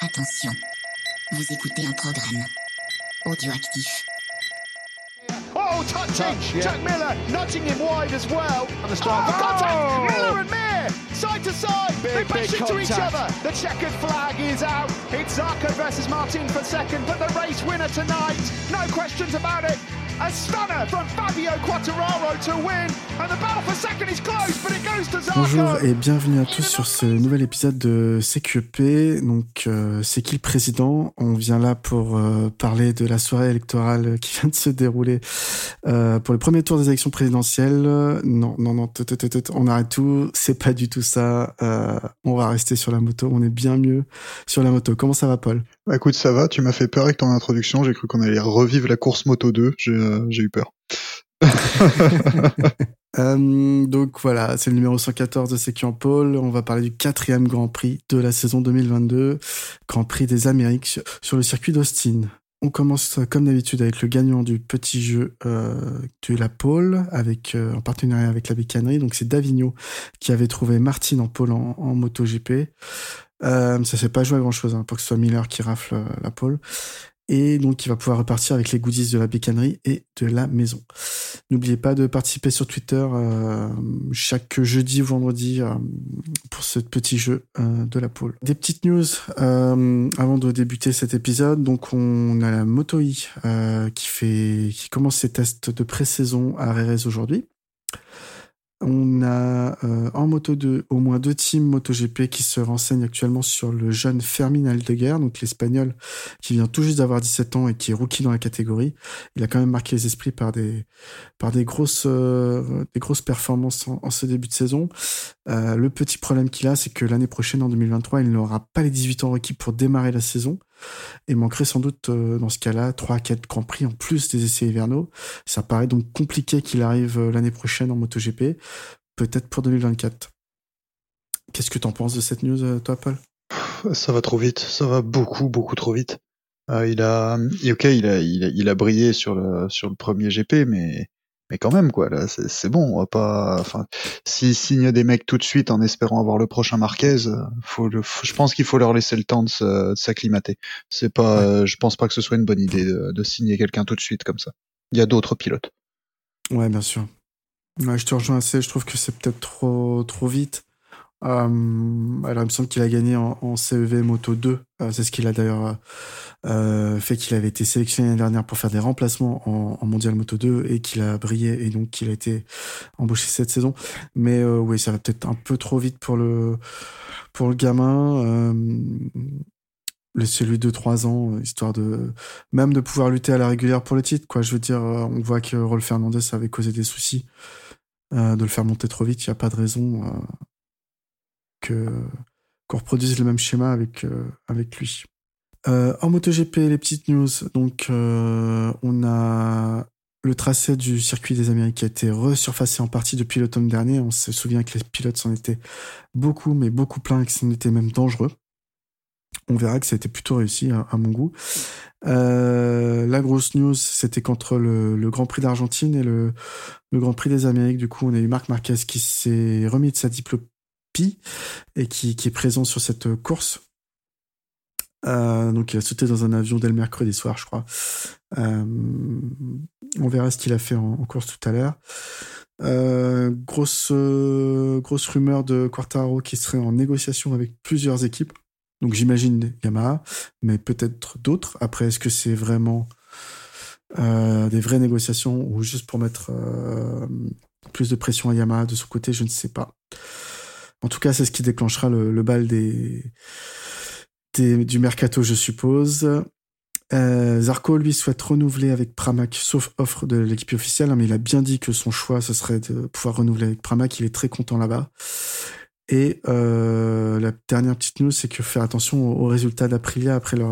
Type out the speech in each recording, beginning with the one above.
Attention, vous écoutez un programme audioactif. Oh, touch, yeah. Jack Miller nudging him wide as well. Contact! Miller and Mir, side to side. They bash into each other. The checkered flag is out. It's Zarco versus Martin for second, but the race winner tonight, no questions about it. A stunner from Fabio Quartararo to win, and the battle for second is close, but it goes to Zarco. Bonjour et bienvenue à tous sur ce nouvel épisode de CQEP. Donc, c'est qui le président ? On vient là pour parler de la soirée électorale qui vient de se dérouler pour le premier tour des élections présidentielles. Non, on arrête tout. C'est pas du tout ça. On va rester sur la moto. On est bien mieux sur la moto. Comment ça va, Paul ? Bah écoute, ça va, tu m'as fait peur avec ton introduction, j'ai cru qu'on allait revivre la course Moto 2, j'ai eu peur. Donc voilà, c'est le numéro 114 de CQ en pôle. On va parler du 4e Grand Prix de la saison 2022, Grand Prix des Amériques sur le circuit d'Austin. On commence comme d'habitude avec le gagnant du petit jeu de la pôle, en partenariat avec la Bécannerie. Donc c'est Davigno qui avait trouvé Martin en pôle en MotoGP. Ça s'est pas joué à grand chose pour que ce soit Miller qui rafle la pole, et donc il va pouvoir repartir avec les goodies de la bécannerie et de la maison. N'oubliez pas de participer sur Twitter chaque jeudi ou vendredi pour ce petit jeu de la pole. Des petites news avant de débuter cet épisode. Donc on a la Moto E qui commence ses tests de pré-saison à Jerez aujourd'hui. On a en Moto 2 au moins 2 teams MotoGP qui se renseignent actuellement sur le jeune Fermín Aldeguer, donc l'Espagnol qui vient tout juste d'avoir 17 ans et qui est rookie dans la catégorie. Il a quand même marqué les esprits par des grosses performances en ce début de saison. Le petit problème qu'il a, c'est que l'année prochaine, en 2023, il n'aura pas les 18 ans requis pour démarrer la saison et manquerait sans doute dans ce cas-là 3 à 4 Grands Prix en plus des essais hivernaux. Ça paraît donc compliqué qu'il arrive l'année prochaine en MotoGP, peut-être pour 2024. Qu'est-ce que t'en penses de cette news, toi, Paul ? Ça va trop vite, ça va beaucoup trop vite. Il a brillé sur le premier GP, mais quand même quoi, là c'est bon, on va pas, enfin, s'il signe des mecs tout de suite en espérant avoir le prochain Marquez, je pense qu'il faut leur laisser le temps de s'acclimater. C'est pas, je pense pas que ce soit une bonne idée de signer quelqu'un tout de suite comme ça. Il y a d'autres pilotes. Ouais, bien sûr. Ouais, je te rejoins assez, je trouve que c'est peut-être trop vite. Alors il me semble qu'il a gagné en CEV Moto 2, c'est ce qu'il a d'ailleurs fait, qu'il avait été sélectionné l'année dernière pour faire des remplacements en Mondial Moto 2 et qu'il a brillé et donc qu'il a été embauché cette saison. Mais oui, ça va peut-être un peu trop vite pour le gamin. Laissez-lui 2-3 ans, histoire de pouvoir lutter à la régulière pour le titre, quoi. Je veux dire, on voit que Rolf Fernandez avait causé des soucis de le faire monter trop vite. Il n'y a pas de raison qu'on reproduise le même schéma avec lui. En MotoGP, les petites news. Donc, on a le tracé du circuit des Amériques qui a été resurfacé en partie depuis l'automne dernier. On se souvient que les pilotes s'en étaient beaucoup pleins et que c'en était même dangereux. On verra que ça a été plutôt réussi à mon goût. La grosse news, c'était qu'entre le Grand Prix d'Argentine et le Grand Prix des Amériques, du coup, on a eu Marc Marquez qui s'est remis de sa diplopie et qui est présent sur cette course. Donc il a sauté dans un avion dès le mercredi soir, je crois. On verra ce qu'il a fait en course tout à l'heure. Grosse rumeur de Quartararo qui serait en négociation avec plusieurs équipes. Donc j'imagine Yamaha, mais peut-être d'autres. Après, est-ce que c'est vraiment des vraies négociations ou juste pour mettre plus de pression à Yamaha de son côté, je ne sais pas. En tout cas, c'est ce qui déclenchera le bal du mercato, je suppose. Zarco, lui, souhaite renouveler avec Pramac, sauf offre de l'équipe officielle, mais il a bien dit que son choix, ce serait de pouvoir renouveler avec Pramac. Il est très content là-bas. Et la dernière petite news, c'est que faire attention aux résultats d'Aprilia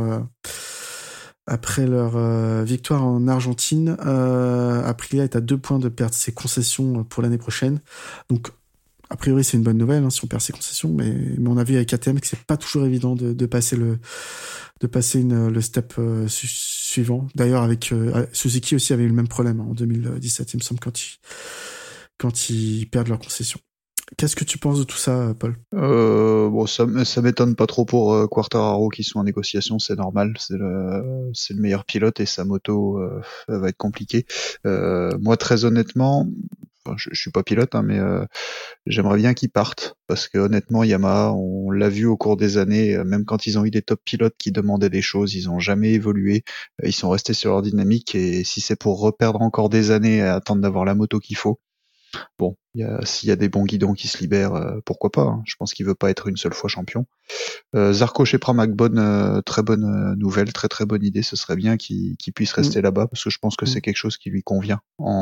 après leur victoire en Argentine. Aprilia est à 2 points de perdre ses concessions pour l'année prochaine. Donc, a priori, c'est une bonne nouvelle si on perd ses concessions, mais on a vu avec KTM que c'est pas toujours évident de passer le step suivant. D'ailleurs, avec Suzuki aussi avait eu le même problème en 2017, il me semble, quand ils perdent leur concession. Qu'est-ce que tu penses de tout ça, Paul? Bon, ça m'étonne pas trop pour Quartararo qui sont en négociation, c'est normal. C'est le meilleur pilote et sa moto va être compliquée. Moi, très honnêtement, je suis pas pilote, hein, mais j'aimerais bien qu'ils partent parce que honnêtement, Yamaha, on l'a vu au cours des années, même quand ils ont eu des top pilotes qui demandaient des choses, ils ont jamais évolué. Ils sont restés sur leur dynamique et si c'est pour reperdre encore des années à attendre d'avoir la moto qu'il faut. Bon, s'il y a des bons guidons qui se libèrent, pourquoi pas, hein. Je pense qu'il veut pas être une seule fois champion. Zarco chez Pramac, très bonne nouvelle, très très bonne idée. Ce serait bien qu'il puisse rester là-bas parce que je pense que c'est quelque chose qui lui convient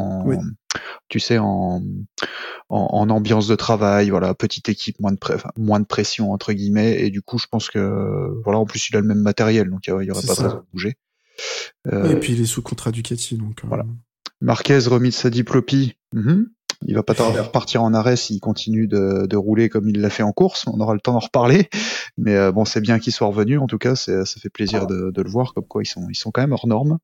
tu sais, en ambiance de travail, voilà, petite équipe, moins de pression entre guillemets, et du coup, je pense que voilà, en plus il a le même matériel, donc il y aurait pas de raison de bouger. Et puis il est sous contrat Ducati, donc voilà. Marquez remis de sa diplopie. Il va pas tarder à repartir en arrêt s'il continue de rouler comme il l'a fait en course. On aura le temps d'en reparler. Mais bon, c'est bien qu'il soit revenu. En tout cas, ça fait plaisir de le voir. Comme quoi, ils sont quand même hors normes.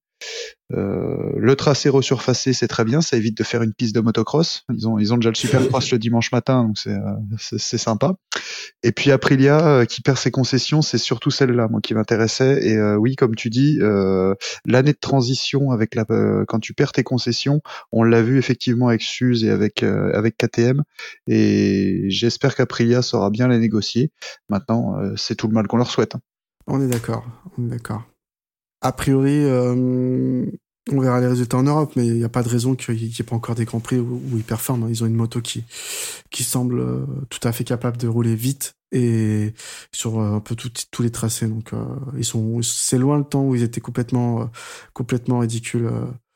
Le tracé resurfacé, c'est très bien. Ça évite de faire une piste de motocross. Ils ont déjà le Supercross le dimanche matin, donc c'est sympa. Et puis Aprilia qui perd ses concessions, c'est surtout celle-là, moi, qui m'intéressait. Et oui, comme tu dis, l'année de transition avec quand tu perds tes concessions, on l'a vu effectivement avec Suze et avec KTM. Et j'espère qu'Aprilia saura bien les négocier. Maintenant, c'est tout le mal qu'on leur souhaite. Hein. On est d'accord. A priori, on verra les résultats en Europe, mais il n'y a pas de raison qu'il n'y ait pas encore des Grands Prix où ils performent. Ils ont une moto qui semble tout à fait capable de rouler vite et sur un peu tous les tracés. Donc, c'est loin le temps où ils étaient complètement ridicules.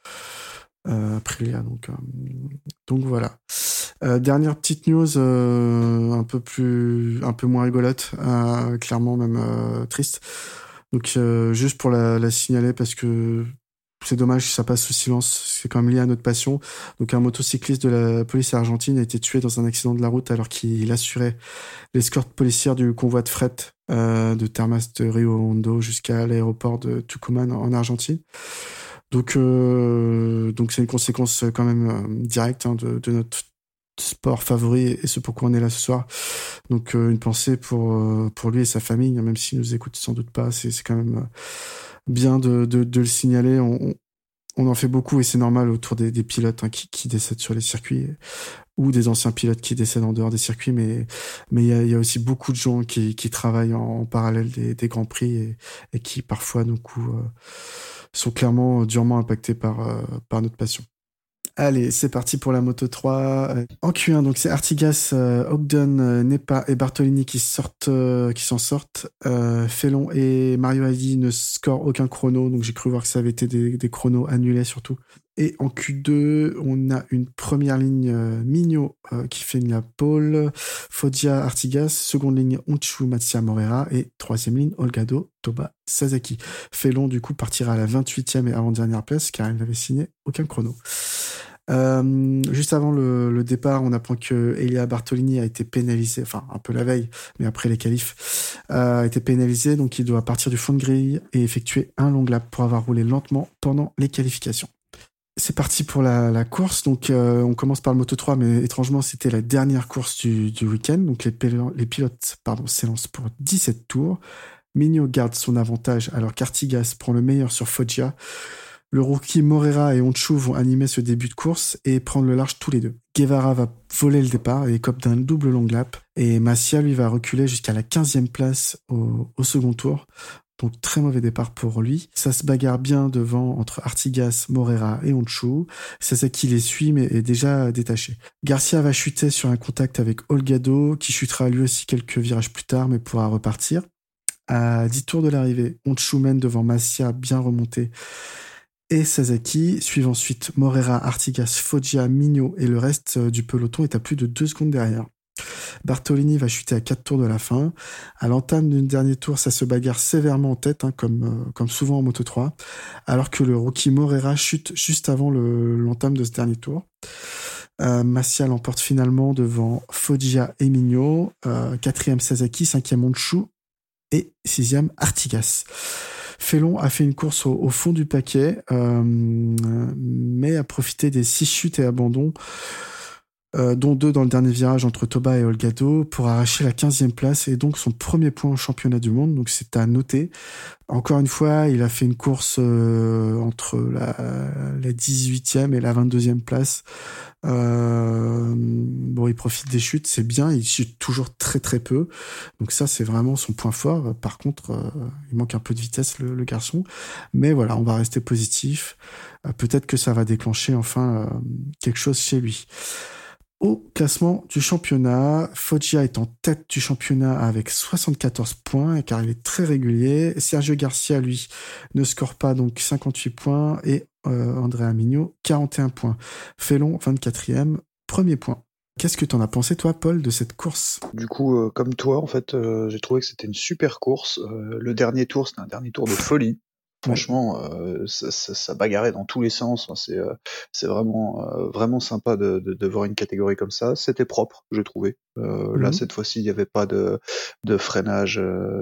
Aprilia, donc voilà. Dernière petite news, un peu moins rigolote, clairement même triste. Donc juste pour la signaler parce que c'est dommage que ça passe sous silence, c'est quand même lié à notre passion. Donc un motocycliste de la police argentine a été tué dans un accident de la route alors qu'il assurait l'escorte policière du convoi de fret de Termas de Rio Hondo jusqu'à l'aéroport de Tucumán en Argentine. Donc c'est une conséquence quand même directe de notre sport favori et ce pourquoi on est là ce soir. Donc une pensée pour lui et sa famille, même s'il nous écoute sans doute pas, c'est quand même bien de le signaler. On en fait beaucoup et c'est normal autour des pilotes qui décèdent sur les circuits ou des anciens pilotes qui décèdent en dehors des circuits, mais il y a aussi beaucoup de gens qui travaillent en parallèle des Grands Prix et qui parfois du coup sont clairement durement impactés par notre passion. Allez, c'est parti pour la Moto 3. En Q1, donc c'est Artigas, Ogden, Nepa et Bartolini qui s'en sortent. Fellon et Mario Aldi ne scorent aucun chrono, donc j'ai cru voir que ça avait été des chronos annulés surtout. Et en Q2, on a une première ligne Mignot qui fait la pole, Foggia, Artigas, seconde ligne Honshu, Mattia, Morera et troisième ligne Olgado, Toba, Sasaki. Fellon du coup partira à la 28e et avant-dernière place car il n'avait signé aucun chrono. Juste avant le départ, on apprend que Elia Bartolini a été pénalisé, enfin un peu la veille, mais après les qualifs, a été pénalisé, donc il doit partir du fond de grille et effectuer un long lap pour avoir roulé lentement pendant les qualifications. C'est parti pour la course, donc on commence par le Moto 3, mais étrangement c'était la dernière course du week-end, donc les pilotes s'élancent pour 17 tours. Mignot garde son avantage alors qu'Artigas prend le meilleur sur Foggia. Le rookie Morera et Honshu vont animer ce début de course et prendre le large tous les deux. Guevara va voler le départ et écope d'un double long lap, et Massia lui va reculer jusqu'à la 15e place au second tour. Donc très mauvais départ pour lui. Ça se bagarre bien devant entre Artigas, Morera et Honshu. Sasaki les suit mais est déjà détaché. Garcia va chuter sur un contact avec Olgado qui chutera lui aussi quelques virages plus tard mais pourra repartir. À 10 tours de l'arrivée, Honshu mène devant Massia bien remonté et Sasaki. Suivent ensuite Morera, Artigas, Foggia, Mignot et le reste du peloton est à plus de 2 secondes derrière. Bartolini va chuter à 4 tours de la fin. À l'entame du dernier tour, ça se bagarre sévèrement en tête, comme souvent en Moto 3, alors que le rookie Morera chute juste avant l'entame de ce dernier tour. Massia l'emporte finalement devant Foggia et Mignot, 4e Sasaki, 5e Honshu et 6e Artigas. Fellon a fait une course au fond du paquet, mais a profité des 6 chutes et abandons dont 2 dans le dernier virage entre Toba et Holgado, pour arracher la 15e place et donc son premier point au championnat du monde. Donc c'est à noter. Encore une fois, il a fait une course entre la 18e et la 22e place. Bon, il profite des chutes, c'est bien. Il chute toujours très très peu. Donc ça, c'est vraiment son point fort. Par contre, il manque un peu de vitesse, le garçon. Mais voilà, on va rester positif. Peut-être que ça va déclencher enfin quelque chose chez lui. Au classement du championnat, Foggia est en tête du championnat avec 74 points, car il est très régulier. Sergio Garcia, lui, ne score pas, donc 58 points. Et Andrea Mignot, 41 points. Félon, 24e, premier point. Qu'est-ce que t'en as pensé, toi, Paul, de cette course ? Du coup, comme toi, en fait, j'ai trouvé que c'était une super course. Le dernier tour, c'était un dernier tour de folie. Franchement, ça bagarrait dans tous les sens. C'est vraiment sympa de voir une catégorie comme ça. C'était propre, j'ai trouvé. Là, cette fois-ci, il n'y avait pas de freinage,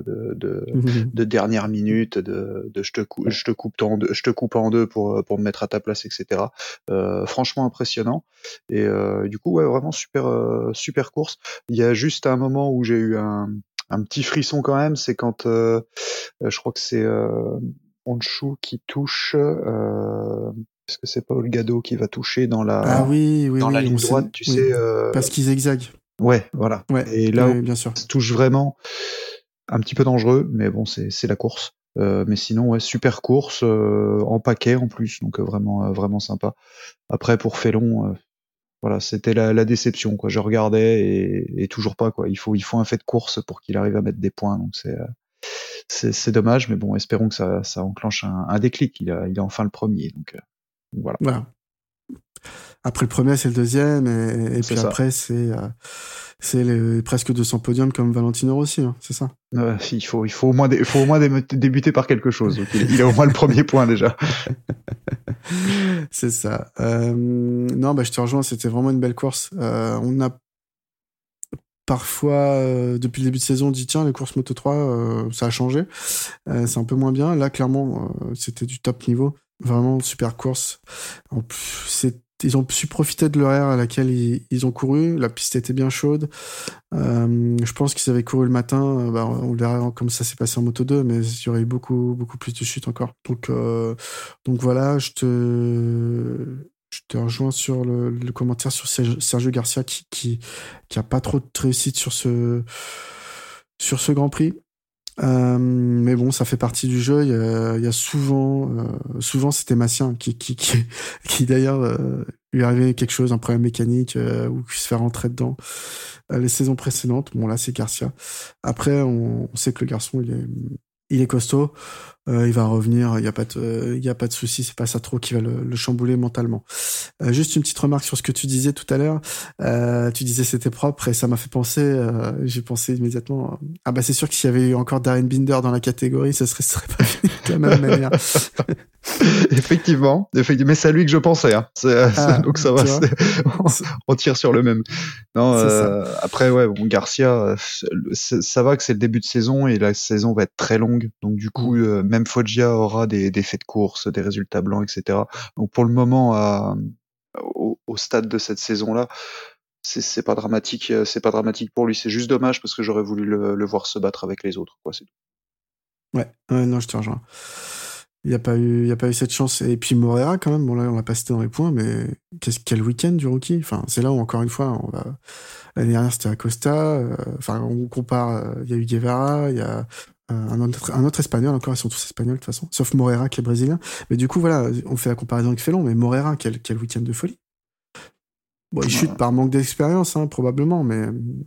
de dernière minute, de je te coupe en deux pour me mettre à ta place, etc. Franchement impressionnant. Et du coup, ouais, vraiment super course. Il y a juste un moment où j'ai eu un petit frisson quand même. C'est quand je crois que c'est Honshu qui touche. Est-ce que c'est pas Holgado qui va toucher dans la la ligne droite, tu sais parce qu'ils zigzaguent. Ouais, voilà. Ouais, et là, bien sûr. Ça touche vraiment un petit peu dangereux, mais bon, c'est la course. Mais sinon, ouais, super course en paquet en plus, donc vraiment sympa. Après pour Félon, voilà, c'était la déception quoi. Je regardais et toujours pas quoi. Il faut un fait de course pour qu'il arrive à mettre des points, donc c'est dommage, mais bon, espérons que ça enclenche un déclic. Il est enfin le premier, donc voilà. Après le premier, c'est le deuxième, et puis ça. après, c'est les presque 200 podiums comme Valentino Rossi, hein, c'est ça. Il faut au moins débuter par quelque chose. Donc il a au moins le premier point déjà. C'est ça. Non, je te rejoins. C'était vraiment une belle course. On a parfois, depuis le début de saison, on dit tiens, les courses Moto 3, ça a changé. C'est un peu moins bien. Là, clairement, c'était du top niveau. Vraiment super course. En plus, ils ont su profiter de l'horaire à laquelle ils ont couru. La piste était bien chaude. Je pense qu'ils avaient couru le matin. On verra comme ça s'est passé en Moto 2, mais il y aurait eu beaucoup plus de chutes encore. Donc voilà, je te rejoins sur le commentaire sur Sergio Garcia qui a pas trop de réussite sur ce Grand Prix. Mais bon, ça fait partie du jeu. Il y a souvent c'était Massien qui d'ailleurs lui arrivait quelque chose, un problème mécanique ou qui se fait rentrer dedans les saisons précédentes. Bon là c'est Garcia. Après on sait que le garçon il est costaud. Il va revenir, il y a pas de souci, c'est pas ça trop qui va le chambouler mentalement. Juste une petite remarque sur ce que tu disais tout à l'heure. Tu disais c'était propre et ça m'a fait penser, j'ai pensé immédiatement, c'est sûr que s'il y avait eu encore Darren Binder dans la catégorie, ça serait pas fini de la même manière. Effectivement, mais c'est à lui que je pensais. Hein. Donc ça va, on tire sur le même. Non, après ouais, bon, Garcia, ça va que c'est le début de saison et la saison va être très longue, donc du coup même Foggia aura des faits de course, des résultats blancs, etc. Donc pour le moment, au stade de cette saison-là, c'est pas dramatique pour lui. C'est juste dommage parce que j'aurais voulu le voir se battre avec les autres, quoi. C'est tout. Ouais, non, je te rejoins. Il n'y a pas eu cette chance. Et puis Moreira, quand même, bon là, on l'a pas cité dans les points, mais quel week-end du rookie. Enfin, c'est là où, encore une fois, l'année dernière, c'était Acosta. On compare, il y a eu Guevara, il y a un autre Espagnol, encore, ils sont tous Espagnols, de toute façon. Sauf Moreira, qui est brésilien. Mais du coup, voilà, on fait la comparaison avec Félon, mais Moreira, quel week-end de folie. Bon, il chute par manque d'expérience, hein, probablement, mais...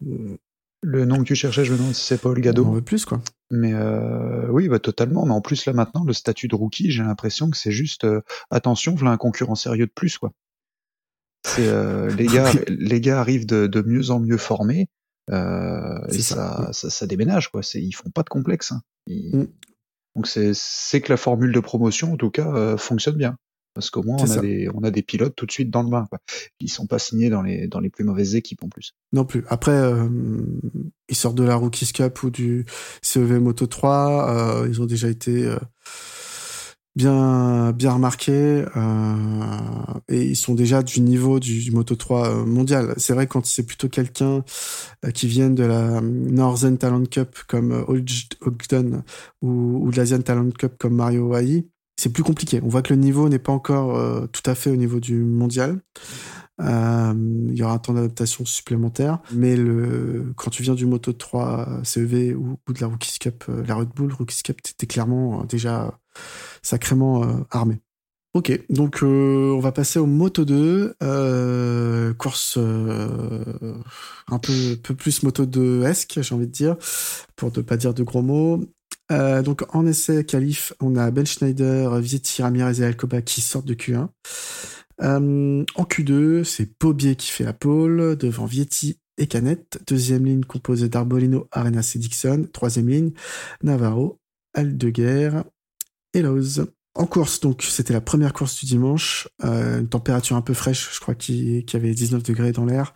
Le nom que tu cherchais, je me demande si c'est pas Holgado. On en veut plus, quoi. Mais oui, totalement. Mais en plus, là, maintenant, le statut de rookie, j'ai l'impression que c'est juste attention, voilà un concurrent sérieux de plus, quoi. C'est les gars arrivent de mieux en mieux formés, et ça déménage, quoi. Ils font pas de complexe. Hein. Donc c'est que la formule de promotion, en tout cas, fonctionne bien. Parce qu'au moins, on a des pilotes tout de suite dans le bain, quoi. Ils sont pas signés dans les plus mauvaises équipes, en plus. Non plus. Après, ils sortent de la Rookies Cup ou du CEV Moto 3. Ils ont déjà été bien remarqué, et ils sont déjà du niveau du Moto3 mondial. C'est vrai quand c'est plutôt quelqu'un qui vient de la Northern Talent Cup comme Ogden ou de l'Asian Talent Cup comme Mario Wai, c'est plus compliqué. On voit que le niveau n'est pas encore tout à fait au niveau du mondial. Il y aura un temps d'adaptation supplémentaire, mais quand tu viens du Moto3 CEV ou de la Rookies Cup, la Red Bull Rookies Cup, t'étais clairement déjà sacrément armé. Ok, donc on va passer au Moto2, course un peu plus Moto2-esque, j'ai envie de dire, pour ne pas dire de gros mots. Donc en essai qualif, on a Ben Schneider, Vietti, Ramirez et Alcoba qui sortent de Q1. En Q2, c'est Bobier qui fait la pole, devant Vietti et Canet. Deuxième ligne composée d'Arbolino, Arenas et Dixon. Troisième ligne, Navarro, Aldeguer et Lowe's. En course, donc, c'était la première course du dimanche. Une température un peu fraîche, je crois qu'il y avait 19 degrés dans l'air.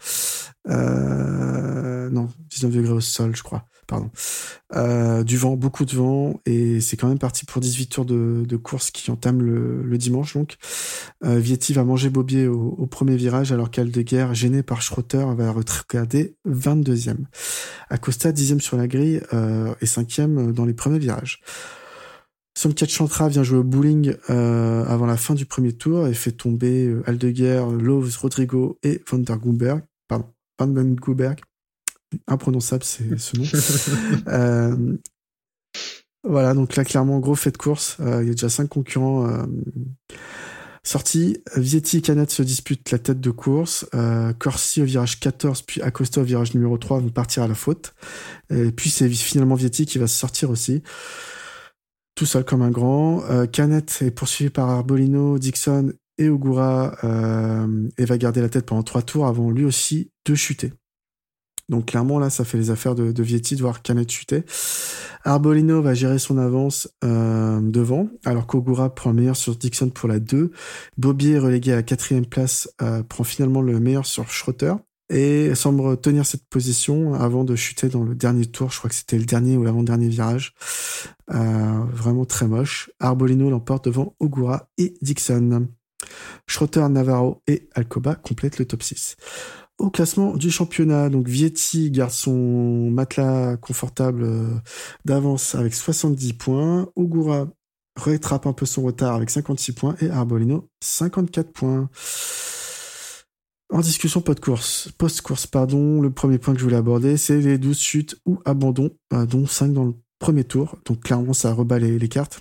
Non, 19 degrés au sol, je crois. Pardon. Du vent, beaucoup de vent, et c'est quand même parti pour 18 tours de course qui entament le dimanche, donc. Vietti va manger Bobier au premier virage, alors qu'Aldeguer, gêné par Schroeter, va regarder 22e. Acosta, 10e sur la grille, et 5e dans les premiers virages. Somkiat Chantra vient jouer au bowling avant la fin du premier tour et fait tomber Aldeguer, Lowe's, Rodrigo et Van den Gooberg. Imprononçable, c'est ce nom. Voilà, donc là, clairement, gros fait de course. Il y a déjà 5 concurrents sortis. Vietti et Canet se disputent la tête de course. Corsi au virage 14, puis Acosta au virage numéro 3 vont partir à la faute. Et puis c'est finalement Vietti qui va se sortir aussi. Tout seul comme un grand. Canet est poursuivi par Arbolino, Dixon et Ogura et va garder la tête pendant 3 tours avant lui aussi de chuter. Donc clairement là ça fait les affaires de Vietti de voir Canet chuter. Arbolino va gérer son avance devant, alors qu'Ogura prend le meilleur sur Dixon pour la 2. Bobier, relégué à la 4e place, prend finalement le meilleur sur Schroeter et semble tenir cette position avant de chuter dans le dernier tour. Je crois que c'était le dernier ou l'avant-dernier virage. Vraiment très moche. Arbolino l'emporte devant Ogura et Dixon. Schroeter, Navarro et Alcoba complètent le top 6. Au classement du championnat, donc Vietti garde son matelas confortable d'avance avec 70 points. Ogura rattrape un peu son retard avec 56 points et Arbolino 54 points. En discussion post-course, le premier point que je voulais aborder, c'est les 12 chutes ou abandons, dont 5 dans le premier tour. Donc clairement, ça rebat les cartes.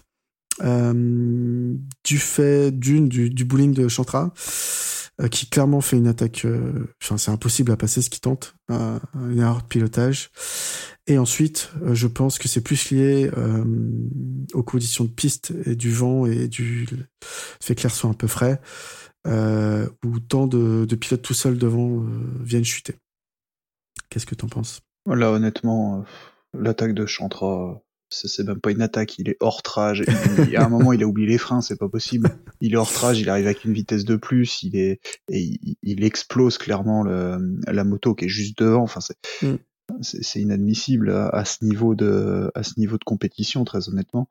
Du fait du bowling de Chantra, qui clairement fait une attaque, c'est impossible à passer ce qu'il tente, une erreur de pilotage. Et ensuite, je pense que c'est plus lié aux conditions de piste et du vent et du fait que l'air soit un peu frais, où tant de pilotes tout seuls devant viennent chuter. Qu'est-ce que t'en penses ? Là, honnêtement, l'attaque de Chantra, c'est même pas une attaque, il est hors trage. À un moment, il a oublié les freins, c'est pas possible. Il est hors trage, il arrive avec une vitesse de plus, il explose clairement la moto qui est juste devant. Enfin, c'est inadmissible à ce niveau de compétition, très honnêtement.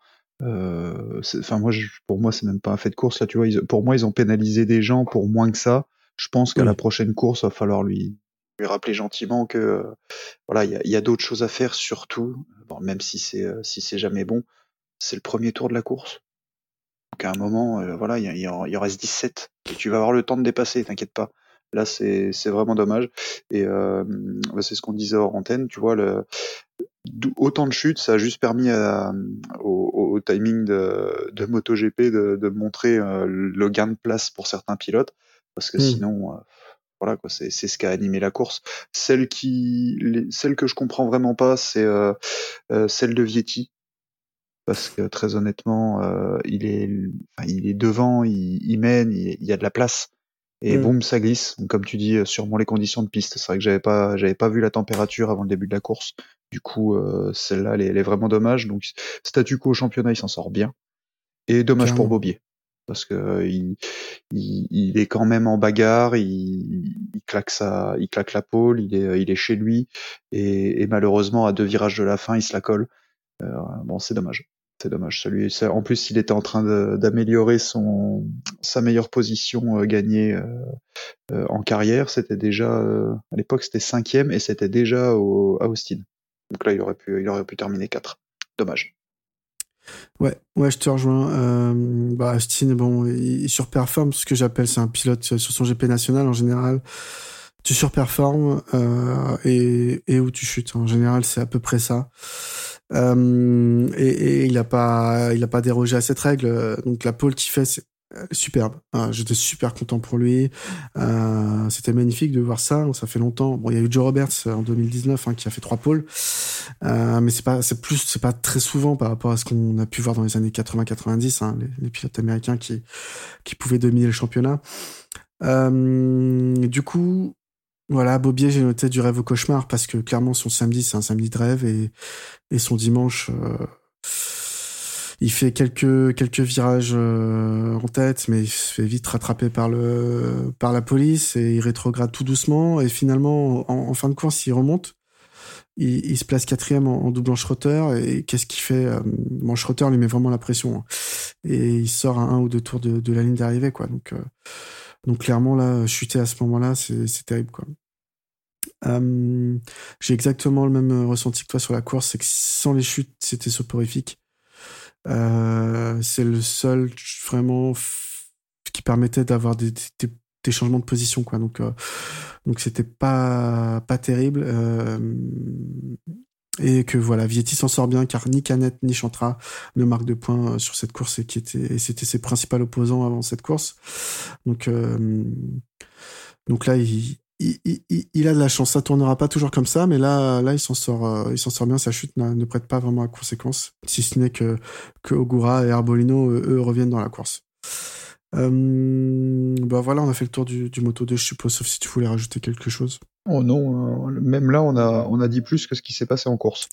Pour moi, c'est même pas un fait de course là, tu vois. Pour moi, ils ont pénalisé des gens pour moins que ça. Je pense qu'à la prochaine course, va falloir lui rappeler gentiment que voilà, il y a d'autres choses à faire, surtout. Bon, même si c'est jamais bon, c'est le premier tour de la course. Donc à un moment, voilà, il en reste 17 et tu vas avoir le temps de dépasser, t'inquiète pas. Là, c'est vraiment dommage. Et c'est ce qu'on disait hors antenne, tu vois, autant de chutes, ça a juste permis au timing de MotoGP de montrer le gain de place pour certains pilotes, parce que sinon, voilà quoi, c'est ce qui a animé la course. Celle que je comprends vraiment pas, c'est celle de Vietti, parce que très honnêtement, il est devant, il mène, il y a de la place. Et boum, ça glisse. Donc, comme tu dis, sûrement les conditions de piste. C'est vrai que j'avais pas vu la température avant le début de la course. Du coup, celle-là, elle est vraiment dommage. Donc, statu quo au championnat, il s'en sort bien. Et dommage pour Bobier. Parce que il est quand même en bagarre, il claque la pole, il est chez lui. Et malheureusement, à 2 virages de la fin, il se la colle. Bon, c'est dommage. C'est dommage. En plus, il était en train d'améliorer sa meilleure position gagnée en carrière. C'était déjà à l'époque, c'était 5e et c'était déjà à Austin. Donc là, il aurait pu terminer 4. Dommage. Ouais, je te rejoins. Austin, bon, il surperforme. Ce que j'appelle, c'est un pilote sur son GP national en général. Tu surperformes et où tu chutes. En général, c'est à peu près ça. Et il a pas dérogé à cette règle. Donc la pole qu'il fait, c'est superbe. J'étais super content pour lui. C'était magnifique de voir ça. Ça fait longtemps. Bon, il y a eu Joe Roberts en 2019 qui a fait 3 pôles. Mais c'est pas très souvent par rapport à ce qu'on a pu voir dans les années 80-90, les pilotes américains qui pouvaient dominer le championnat. Du coup, voilà, Beaubier, j'ai noté du rêve au cauchemar parce que clairement son samedi, c'est un samedi de rêve et son dimanche, il fait quelques virages en tête, mais il se fait vite rattraper par la police et il rétrograde tout doucement et finalement, en fin de course, il remonte. Il se place 4e en doublant Schroeter et qu'est-ce qu'il fait? Schroeter lui met vraiment la pression et il sort à 1 ou 2 tours de la ligne d'arrivée, quoi. Donc clairement là, chuter à ce moment-là, c'est terrible, quoi. J'ai exactement le même ressenti que toi sur la course, c'est que sans les chutes, c'était soporifique. C'est le seul vraiment qui permettait d'avoir des changements de position, quoi. Donc c'était pas terrible. Et que voilà, Vietti s'en sort bien car ni Canet ni Chantra ne marquent de points sur cette course et c'était ses principaux opposants avant cette course. Donc là il a de la chance. Ça tournera pas toujours comme ça, mais là il s'en sort bien. Sa chute ne prête pas vraiment à conséquence, si ce n'est que Ogura et Arbolino eux reviennent dans la course. Voilà, on a fait le tour du Moto 2, je suppose, sauf si tu voulais rajouter quelque chose. Oh non, même là on a dit plus que ce qui s'est passé en course.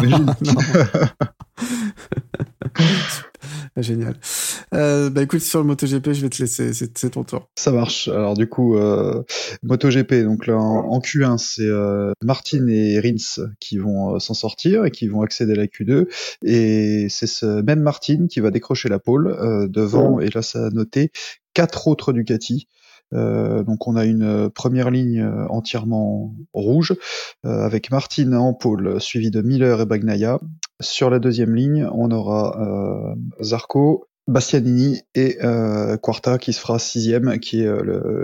Génial. Écoute, sur le MotoGP, je vais te laisser, c'est ton tour. Ça marche. Alors du coup, MotoGP, donc là en Q1, c'est Martin et Rins qui vont s'en sortir et qui vont accéder à la Q2. Et c'est ce même Martin qui va décrocher la pole devant, et là ça a noté 4 autres Ducati. Donc on a une première ligne entièrement rouge avec Martin en pole suivi de Miller et Bagnaia. Sur la deuxième ligne, on aura Zarco, Bastianini et Quarta qui se fera 6e, qui est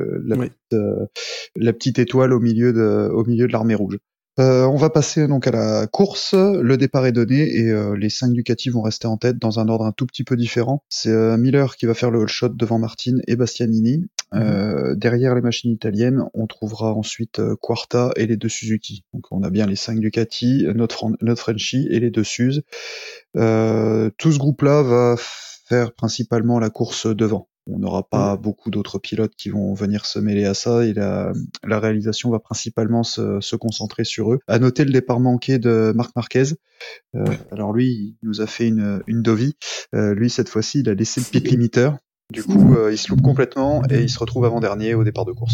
la petite étoile au milieu de l'armée rouge. On va passer donc à la course. Le départ est donné et les 5 Ducati vont rester en tête dans un ordre un tout petit peu différent. C'est Miller qui va faire le whole shot devant Martin et Bastianini. Derrière les machines italiennes, on trouvera ensuite Quarta et les 2 Suzuki. Donc on a bien les 5 Ducati, notre Frenchie et les 2 Suze. Tout ce groupe-là va faire principalement la course devant. On n'aura pas beaucoup d'autres pilotes qui vont venir se mêler à ça et la réalisation va principalement se concentrer sur eux. À noter le départ manqué de Marc Marquez. Alors lui, il nous a fait une Dovi. Lui, cette fois-ci, il a laissé le pit limiteur. Du coup, il se loupe complètement et il se retrouve avant-dernier au départ de course.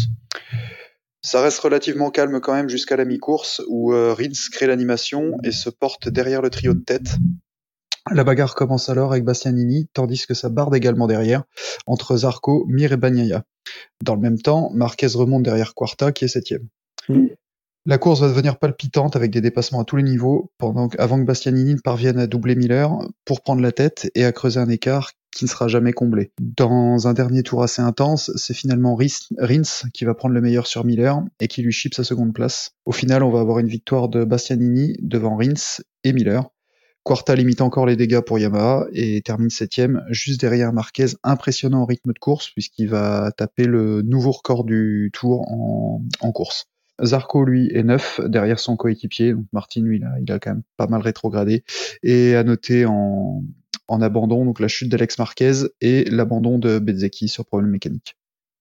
Ça reste relativement calme quand même jusqu'à la mi-course où Rins crée l'animation et se porte derrière le trio de tête. La bagarre commence alors avec Bastianini, tandis que ça barde également derrière, entre Zarco, Mir et Bagnaia. Dans le même temps, Marquez remonte derrière Quarta, qui est 7e. La course va devenir palpitante avec des dépassements à tous les niveaux, avant que Bastianini ne parvienne à doubler Miller pour prendre la tête et à creuser un écart qui ne sera jamais comblé. Dans un dernier tour assez intense, c'est finalement Rins qui va prendre le meilleur sur Miller et qui lui chipe sa seconde place. Au final, on va avoir une victoire de Bastianini devant Rins et Miller. Quarta limite encore les dégâts pour Yamaha et termine 7e, juste derrière Marquez, impressionnant en rythme de course puisqu'il va taper le nouveau record du tour en course. Zarco, lui, est 9 derrière son coéquipier, donc Martin, lui, il a quand même pas mal rétrogradé. Et à noter en abandon, donc la chute d'Alex Marquez et l'abandon de Bezzecchi sur problème mécanique.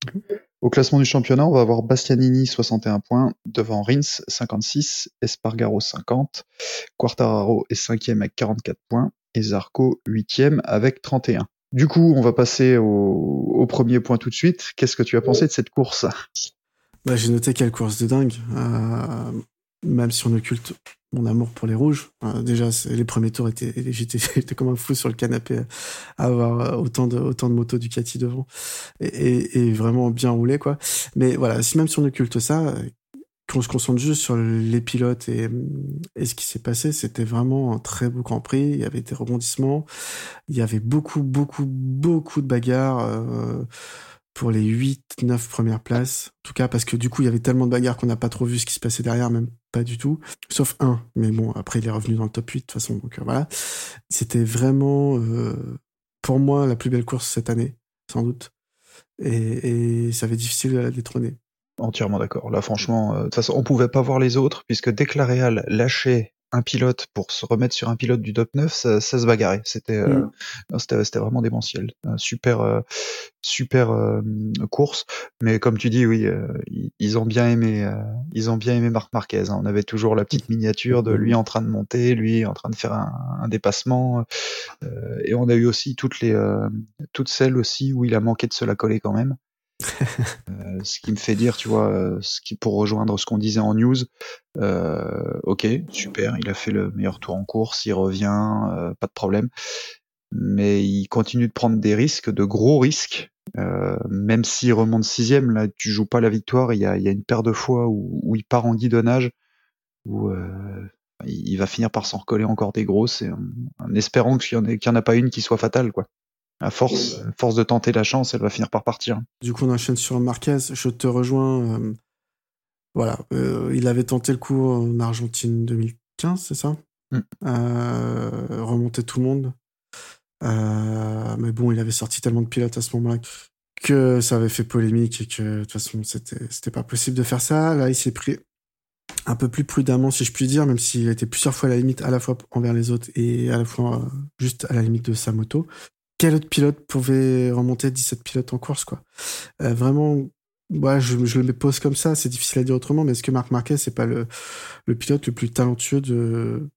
Au classement du championnat, on va avoir Bastianini 61 points, devant Rins 56, Espargaro 50, Quartararo est 5e avec 44 points, et Zarco 8e avec 31. Du coup, on va passer au premier point tout de suite. Qu'est-ce que tu as pensé de cette course ? J'ai noté quelle course de dingue. Même si on occulte mon amour pour les rouges. Déjà, les premiers tours j'étais comme un fou sur le canapé à avoir autant de motos Ducati devant et vraiment bien roulé, quoi. Mais voilà, même si on occulte ça, qu'on se concentre juste sur les pilotes et ce qui s'est passé, c'était vraiment un très beau Grand Prix. Il y avait des rebondissements, il y avait beaucoup de bagarres pour les 8-9 premières places. En tout cas, parce que du coup, il y avait tellement de bagarres qu'on n'a pas trop vu ce qui se passait derrière, même pas du tout. Sauf un. Mais bon, après, il est revenu dans le top 8, de toute façon. Donc voilà. C'était vraiment, pour moi, la plus belle course cette année, sans doute. Et ça va être difficile de la détrôner. Entièrement d'accord. Là, franchement, de toute façon, on pouvait pas voir les autres, puisque dès que la Real lâchait un pilote pour se remettre sur un pilote du top 9, ça se bagarrait. C'était vraiment démentiel. Super course. Mais comme tu dis, oui, ils ont bien aimé Marc Marquez. Hein. On avait toujours la petite miniature de lui en train de monter, lui en train de faire un dépassement. Et on a eu aussi toutes celles aussi où il a manqué de se la coller quand même. Ce qui me fait dire, tu vois, pour rejoindre ce qu'on disait en news, ok, super, il a fait le meilleur tour en course, il revient, pas de problème, mais il continue de prendre des risques, de gros risques, même s'il remonte 6ème, là, tu joues pas la victoire, il y a une paire de fois où il part en guidonnage, où il va finir par s'en recoller encore des grosses, en espérant qu'il y en a pas une qui soit fatale, quoi. À force de tenter la chance, elle va finir par partir. Du coup, on enchaîne sur Marquez. Je te rejoins. Voilà, il avait tenté le coup en Argentine 2015, c'est ça ? Remonter tout le monde. Mais bon, il avait sorti tellement de pilotes à ce moment-là que ça avait fait polémique et que de toute façon, c'était pas possible de faire ça. Là, il s'est pris un peu plus prudemment, si je puis dire, même s'il a été plusieurs fois à la limite, à la fois envers les autres et à la fois juste à la limite de sa moto. Quel autre pilote pouvait remonter 17 pilotes en course, quoi ? Vraiment, ouais, je le pose comme ça, c'est difficile à dire autrement, mais est-ce que Marc Marquez, c'est pas le pilote le plus talentueux de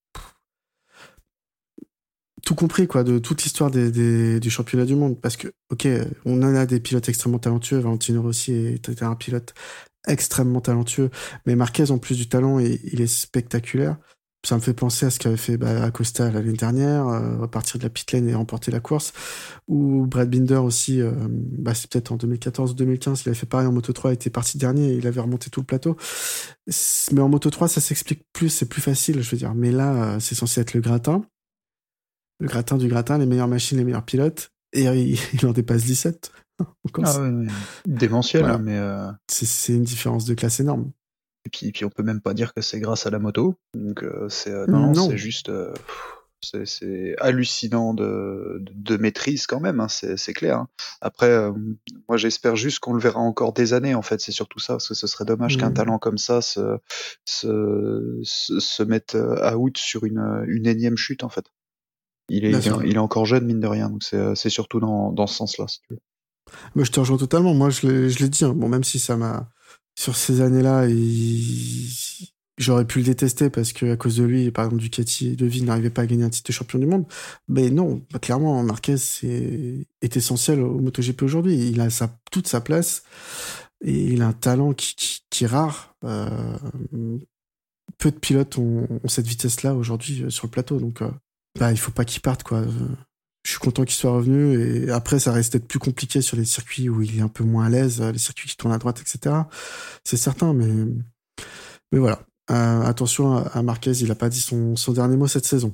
tout compris, quoi, de toute l'histoire du championnat du monde? Parce que, ok, on en a des pilotes extrêmement talentueux. Valentino Rossi était un pilote extrêmement talentueux, mais Marquez, en plus du talent, il est spectaculaire. Ça me fait penser à ce qu'avait fait Acosta l'année dernière, repartir de la pit lane et remporter la course, ou Brad Binder aussi, c'est peut-être en 2014 ou 2015, il avait fait pareil en Moto3, il était parti dernier et il avait remonté tout le plateau. Mais en Moto3, ça s'explique plus, c'est plus facile, je veux dire. Mais là, c'est censé être le gratin du gratin, les meilleures machines, les meilleurs pilotes, et il en dépasse 17. Ouais. Démentiel, voilà. Mais c'est une différence de classe énorme. Et puis on peut même pas dire que c'est grâce à la moto. Donc c'est c'est juste c'est hallucinant de maîtrise quand même, hein, c'est clair. Hein. Après moi j'espère juste qu'on le verra encore des années en fait, c'est surtout ça, parce que ce serait dommage qu'un talent comme ça se mette out sur une énième chute en fait. Il est encore jeune mine de rien, donc c'est surtout dans ce sens-là si tu veux. Moi je te rejoins totalement, moi je l'ai dit, hein. Bon, même si ça m'a sur ces années-là, j'aurais pu le détester parce que à cause de lui, par exemple, Ducati et Deville n'arrivaient pas à gagner un titre de champion du monde. Mais non, clairement, Marquez est essentiel au MotoGP aujourd'hui. Il a toute sa place et il a un talent qui est rare. Peu de pilotes ont cette vitesse-là aujourd'hui sur le plateau, donc il faut pas qu'il parte, quoi. Je suis content qu'il soit revenu, et après ça reste peut-être plus compliqué sur les circuits où il est un peu moins à l'aise, les circuits qui tournent à droite, etc. C'est certain, mais voilà. Attention à Marquez, il a pas dit son dernier mot cette saison.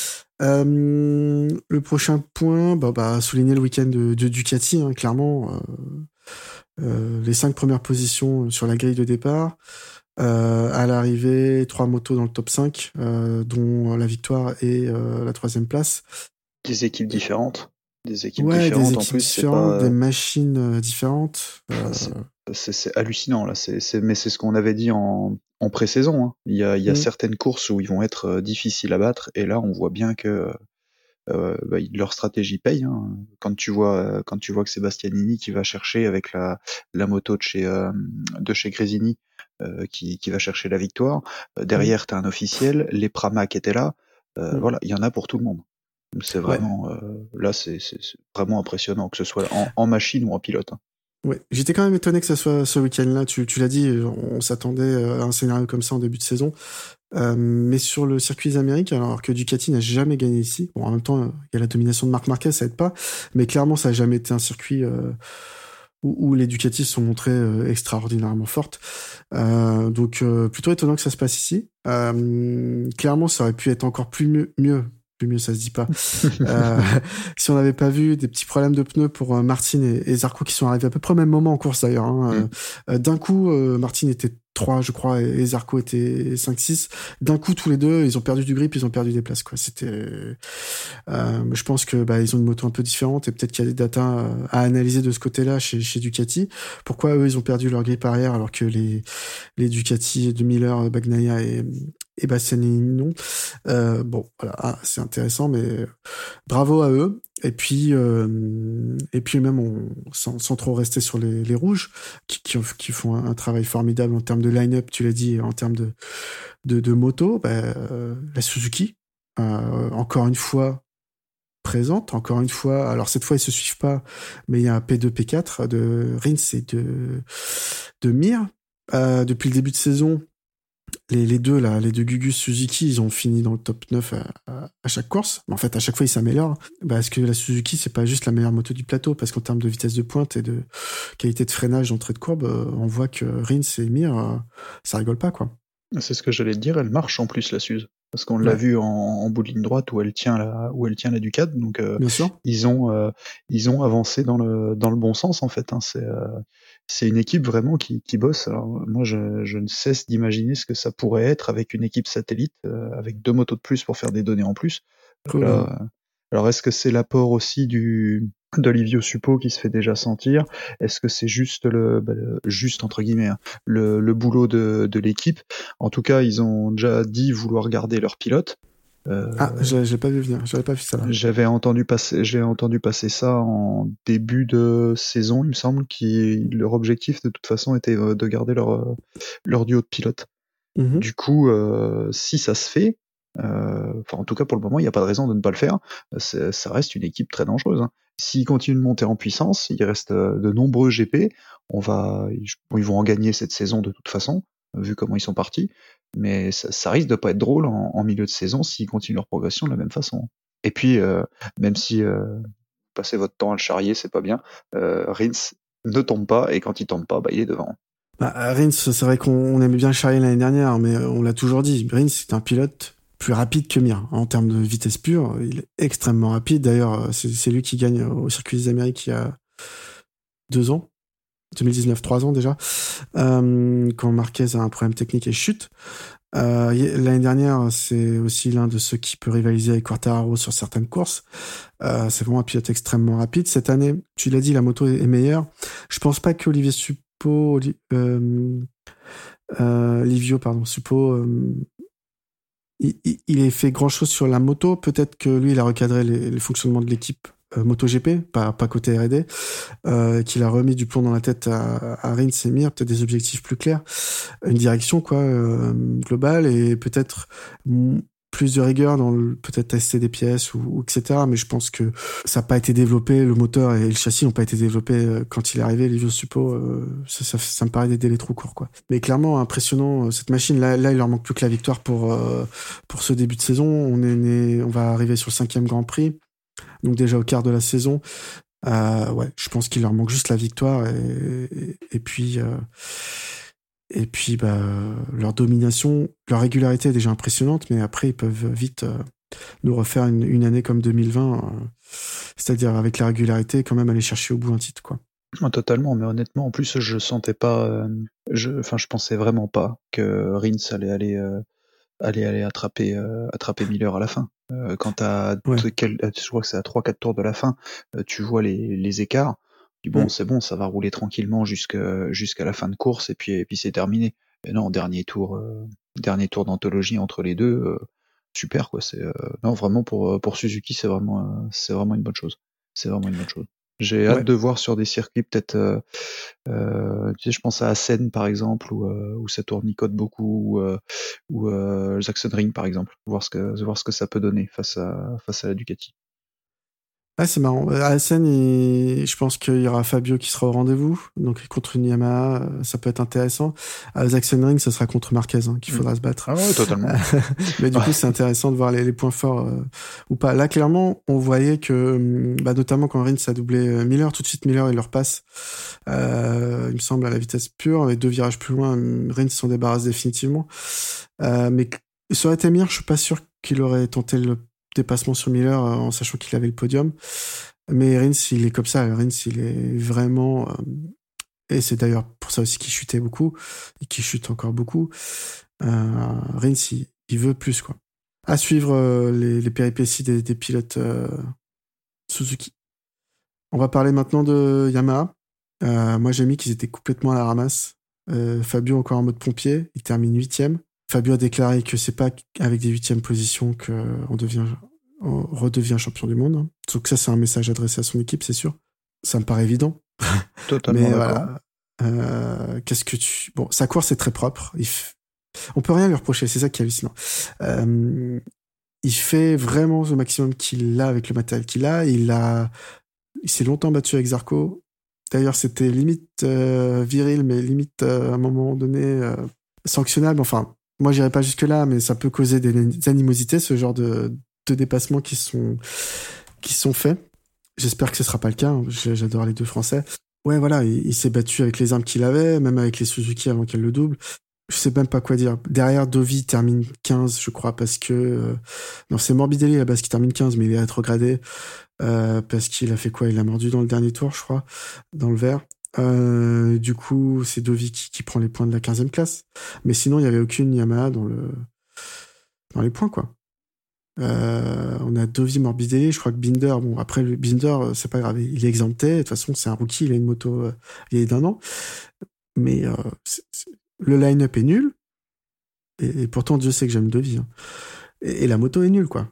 Le prochain point, souligner le week-end de Ducati, hein, clairement. Les 5 premières positions sur la grille de départ. À l'arrivée, 3 motos dans le top 5, dont la victoire et la 3e place. Des équipes différentes. Des équipes différentes, des machines différentes. C'est hallucinant, là. Mais c'est ce qu'on avait dit en pré-saison. Hein. Il y a certaines courses où ils vont être difficiles à battre, et là, on voit bien que leur stratégie paye. Hein. Quand tu vois que c'est Bastianini qui va chercher avec la moto de chez Gresini, qui va chercher la victoire. Derrière, t'as un officiel, les Pramac étaient là. Voilà, il y en a pour tout le monde. C'est vraiment là, c'est vraiment impressionnant, que ce soit en machine ou en pilote. Hein. Ouais, j'étais quand même étonné que ça soit ce week-end-là. Tu l'as dit, on s'attendait à un scénario comme ça en début de saison. Mais sur le circuit des Amériques, alors que Ducati n'a jamais gagné ici, bon, en même temps, il y a la domination de Marc Marquez, ça aide pas, mais clairement, ça a jamais été un circuit où les Ducati se sont montrées extraordinairement fortes. Donc, plutôt étonnant que ça se passe ici. Clairement, ça aurait pu être encore plus mieux. Plus mieux, ça se dit pas. Si on n'avait pas vu des petits problèmes de pneus pour Martin et Zarco qui sont arrivés à peu près au même moment en course d'ailleurs. Hein. D'un coup, Martin était 3, je crois, et Zarco était 5-6. D'un coup, tous les deux, ils ont perdu du grip, ils ont perdu des places, quoi. C'était, je pense que, ils ont une moto un peu différente et peut-être qu'il y a des datas à analyser de ce côté-là chez Ducati. Pourquoi eux, ils ont perdu leur grip arrière alors que les Ducati de Miller, Bagnaia et Bastianini non. Bon, voilà, c'est intéressant, mais bravo à eux. Et puis même sans trop rester sur les rouges, qui font un travail formidable en termes de line-up, tu l'as dit, en termes de moto, la Suzuki, encore une fois présente, encore une fois. Alors cette fois ils se suivent pas, mais il y a un P2, P4 de Rins et de Mir. Depuis le début de saison, les deux Gugus Suzuki, ils ont fini dans le top 9 à chaque course. Mais en fait, à chaque fois, ils s'améliorent. Parce que la Suzuki, c'est pas juste la meilleure moto du plateau, parce qu'en termes de vitesse de pointe et de qualité de freinage d'entrée de courbe, on voit que Rins et Mir, ça rigole pas, quoi. C'est ce que j'allais te dire, elle marche en plus la Suze. Parce qu'on l'a vu en bout de ligne droite où elle tient la Ducat, donc Bien sûr. ils ont avancé dans le bon sens en fait. Hein. C'est une équipe vraiment qui bosse. Alors moi je ne cesse d'imaginer ce que ça pourrait être avec une équipe satellite, avec 2 motos de plus pour faire des données en plus. Cool. Alors est-ce que c'est l'apport aussi d'Olivio Suppo qui se fait déjà sentir? Est-ce que c'est juste juste entre guillemets hein, le boulot de l'équipe? En tout cas, ils ont déjà dit vouloir garder leur pilote. J'ai pas vu venir, j'avais pas vu ça là. J'ai entendu passer ça en début de saison, il me semble, leur objectif de toute façon était de garder leur duo de pilotes. Mm-hmm. Du coup, si ça se fait, en tout cas pour le moment, il n'y a pas de raison de ne pas le faire. Ça reste une équipe très dangereuse. Hein. S'ils continuent de monter en puissance, il reste de nombreux GP. Ils vont en gagner cette saison de toute façon, vu comment ils sont partis. Mais ça risque de pas être drôle en milieu de saison s'ils continuent leur progression de la même façon. Et puis, même si vous passez votre temps à le charrier, c'est pas bien, Rins ne tombe pas, et quand il tombe pas, il est devant. Rins, c'est vrai qu'on aimait bien le charrier l'année dernière, mais on l'a toujours dit, Rins, c'est un pilote plus rapide que Mir. En termes de vitesse pure, il est extrêmement rapide. D'ailleurs, c'est lui qui gagne au circuit des Amériques il y a 2 ans. 2019, 3 ans déjà, quand Marquez a un problème technique et chute. L'année dernière, c'est aussi l'un de ceux qui peut rivaliser avec Quartararo sur certaines courses. C'est vraiment un pilote extrêmement rapide. Cette année, tu l'as dit, la moto est meilleure. Je pense pas qu'Olivier Suppo, Suppo, il ait fait grand chose sur la moto. Peut-être que lui, il a recadré les fonctionnements de l'équipe MotoGP, pas côté R&D, qu'il a remis du plomb dans la tête à Rins et Mir, peut-être des objectifs plus clairs, une direction globale et peut-être plus de rigueur dans peut-être tester des pièces ou etc. Mais je pense que ça n'a pas été développé, le moteur et le châssis n'ont pas été développés quand il est arrivé, Livio Suppo, ça me paraît des délais trop courts, quoi. Mais clairement impressionnant cette machine. Là, il leur manque plus que la victoire pour ce début de saison. On va arriver sur le 5e Grand Prix. Donc déjà au quart de la saison, je pense qu'il leur manque juste la victoire et puis leur domination, leur régularité est déjà impressionnante, mais après ils peuvent vite nous refaire une année comme 2020, c'est-à-dire avec la régularité quand même aller chercher au bout un titre, quoi. Totalement, mais honnêtement, en plus je sentais pas, je pensais vraiment pas que Rins allait aller attraper Miller à la fin. Quand je crois que c'est à 3-4 tours de la fin, tu vois les écarts. Tu dis, bon, c'est bon, ça va rouler tranquillement jusqu'à la fin de course et puis c'est terminé. Et non, dernier tour d'anthologie entre les deux, super quoi. Non vraiment pour Suzuki, c'est vraiment une bonne chose. C'est vraiment une bonne chose. J'ai hâte de voir sur des circuits peut-être. Je pense à Assen par exemple où ça tournicote beaucoup ou Sachsenring par exemple, voir ce que ça peut donner face à la Ducati. Ah, c'est marrant. À la scène, je pense qu'il y aura Fabio qui sera au rendez-vous. Donc, contre une Yamaha, ça peut être intéressant. À Sachsenring, ce sera contre Marquez, qu'il faudra se battre. Ah ouais, totalement. Mais du coup, c'est intéressant de voir les points forts ou pas. Là, clairement, on voyait que, notamment quand Rins a doublé Miller, tout de suite Miller, il leur passe, il me semble, à la vitesse pure. Avec 2 virages plus loin, Rins s'en débarrasse définitivement. Mais ça aurait été Mir, je suis pas sûr qu'il aurait tenté le dépassement sur Miller en sachant qu'il avait le podium. Mais Rins, il est comme ça. Rins, il est vraiment... et c'est d'ailleurs pour ça aussi qu'il chutait beaucoup et qu'il chute encore beaucoup. Rins, il veut plus, quoi. À suivre les péripéties des pilotes Suzuki. On va parler maintenant de Yamaha. Moi, j'ai mis qu'ils étaient complètement à la ramasse. Fabio encore en mode pompier. Il termine 8e. Fabio a déclaré que c'est pas avec des 8e positions on redevient champion du monde. Donc ça, c'est un message adressé à son équipe, c'est sûr. Ça me paraît évident. Totalement Mais d'accord. voilà. Bon, sa course est très propre. On peut rien lui reprocher, c'est ça qui est hallucinant. Il fait vraiment le maximum qu'il a avec le matériel qu'il a. Il s'est longtemps battu avec Zarco. D'ailleurs, c'était limite viril, mais limite à un moment donné sanctionnable. Enfin, moi, j'irai pas jusque-là, mais ça peut causer des animosités, ce genre de dépassements qui sont faits. J'espère que ce sera pas le cas. J'adore les deux Français. Ouais, voilà, il s'est battu avec les armes qu'il avait, même avec les Suzuki avant qu'elle le double. Je sais même pas quoi dire. Derrière, Dovi termine 15, je crois, parce que... non, c'est Morbidelli à la base qui termine 15, mais il est rétrogradé parce qu'il a fait quoi? Il a mordu dans le dernier tour, je crois, dans le vert. Du coup, c'est Dovi qui prend les points de la 15e classe. Mais sinon, il y avait aucune Yamaha dans les points, quoi. On a Dovi, Morbidelli, je crois que Binder, bon, après, le Binder, c'est pas grave, il est exempté. De toute façon, c'est un rookie, il a une moto vieille d'1 an. Mais le line-up est nul. Et pourtant, Dieu sait que j'aime Dovi. Hein. Et la moto est nulle, quoi.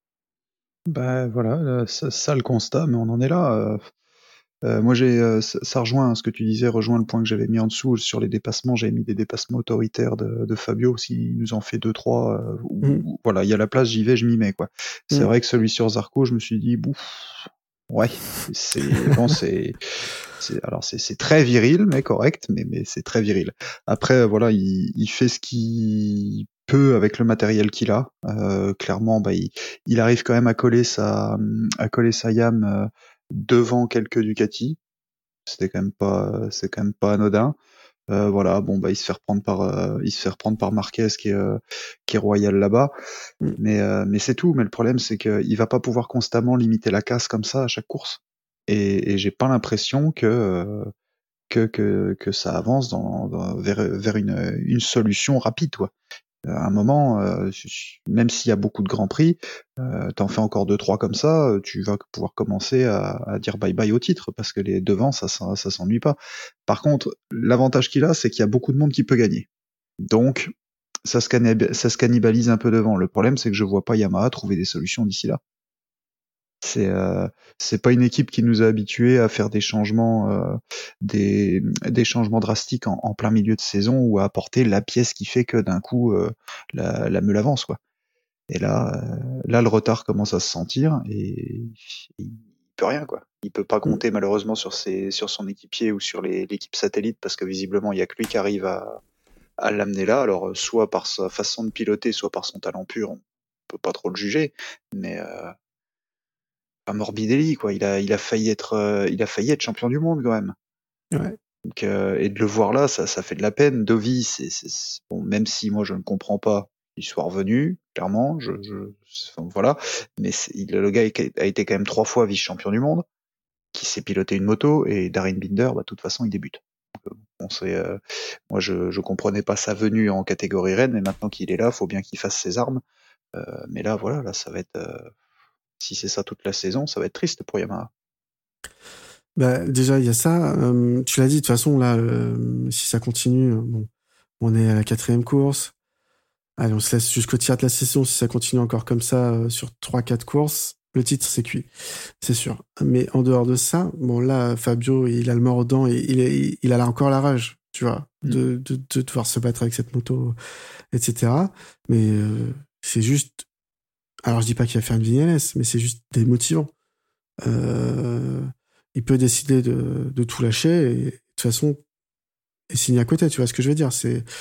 Bah voilà, ça le constat, mais on en est là. Moi, ça rejoint ce que tu disais, rejoint le point que j'avais mis en dessous sur les dépassements. J'avais mis des dépassements autoritaires de Fabio. S'il nous en fait 2-3, voilà, il y a la place, j'y vais, je m'y mets, quoi. C'est vrai que celui sur Zarco, je me suis dit, ouais, c'est bon, alors c'est très viril, mais correct, mais c'est très viril. Après, voilà, il fait ce qu'il peut avec le matériel qu'il a. Clairement, il arrive quand même à coller sa Yam devant quelques Ducati. C'est quand même pas anodin. Voilà, bon, il se fait reprendre par Marquez qui est royal là-bas. Mais c'est tout. Mais le problème, c'est qu'il va pas pouvoir constamment limiter la casse comme ça à chaque course. Et j'ai pas l'impression que ça avance vers une solution rapide, quoi. À un moment, même s'il y a beaucoup de grands prix, t'en fais encore 2-3 comme ça, tu vas pouvoir commencer à dire bye bye au titre, parce que les devants, ça s'ennuie pas. Par contre, l'avantage qu'il a, c'est qu'il y a beaucoup de monde qui peut gagner. Donc, ça se cannibalise un peu devant. Le problème, c'est que je vois pas Yamaha trouver des solutions d'ici là. C'est pas une équipe qui nous a habitués à faire des changements drastiques en plein milieu de saison, ou à apporter la pièce qui fait que d'un coup la meule avance, quoi. Et là le retard commence à se sentir, et il peut rien, quoi. Il peut pas compter malheureusement sur son équipier ou sur l'équipe satellite, parce que visiblement il y a que lui qui arrive à l'amener là. Alors soit par sa façon de piloter, soit par son talent pur, on peut pas trop le juger, mais Morbidelli, quoi. Il a failli être champion du monde, quand même. Ouais. Donc, et de le voir là, ça fait de la peine. Dovi, bon, même si moi je ne comprends pas qu'il soit revenu, clairement, voilà. Mais le gars a été quand même 3 fois vice-champion du monde, qui s'est piloté une moto, et Darren Binder, de toute façon, il débute. Donc, moi je comprenais pas sa venue en catégorie reine, mais maintenant qu'il est là, faut bien qu'il fasse ses armes. Mais là, voilà, là, ça va être, si c'est ça toute la saison, ça va être triste pour Yamaha. Déjà, il y a ça. Tu l'as dit, de toute façon, là, si ça continue, bon, on est à la 4e course. Allez, on se laisse jusqu'au tiers de la saison. Si ça continue encore comme ça sur 3-4 courses, le titre, c'est cuit. C'est sûr. Mais en dehors de ça, bon, là, Fabio, il a le mort aux dents et il a là encore la rage, tu vois, de devoir se battre avec cette moto, etc. Mais c'est juste... Alors, je dis pas qu'il va faire une Vignales, mais c'est juste démotivant. il peut décider de tout lâcher et de toute façon et signer à côté, tu vois ce que je veux dire.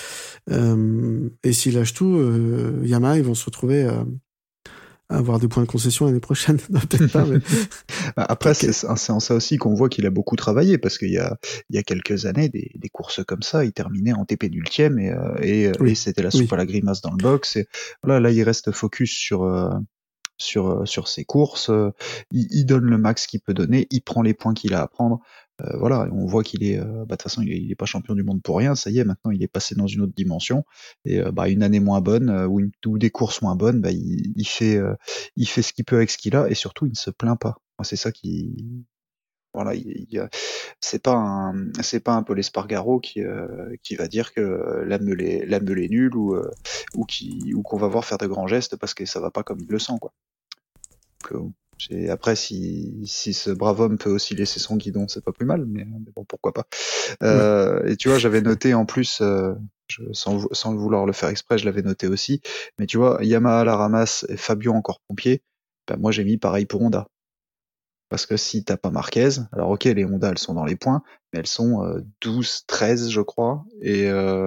Et s'il lâche tout, Yamaha, ils vont se retrouver à avoir des points de concession l'année prochaine. Non, peut-être pas, mais... Après, c'est en ça aussi qu'on voit qu'il a beaucoup travaillé, parce qu'il y a quelques années, des courses comme ça, il terminait en TP d'ultième et c'était la soupe à la grimace dans le box. Et voilà, là, il reste focus sur ses courses, il donne le max qu'il peut donner, il prend les points qu'il a à prendre. Voilà, on voit qu'il est, de toute façon, il est pas champion du monde pour rien. Ça y est, maintenant, il est passé dans une autre dimension. Et une année moins bonne ou des courses moins bonnes, il fait ce qu'il peut avec ce qu'il a, et surtout, il ne se plaint pas. Moi, c'est ça qui, voilà, c'est pas un Paul Espargaro qui va dire que la meule est nulle ou qu'on va voir faire de grands gestes parce que ça va pas comme il le sent, quoi. Donc, après, si ce brave homme peut aussi laisser son guidon, c'est pas plus mal, mais bon, pourquoi pas. Et tu vois, j'avais noté en plus, sans vouloir le faire exprès, je l'avais noté aussi, mais tu vois, Yamaha à la ramasse et Fabio encore pompier, moi j'ai mis pareil pour Honda. Parce que si t'as pas Marquez, alors ok, les Honda elles sont dans les points, mais elles sont 12, 13 je crois, et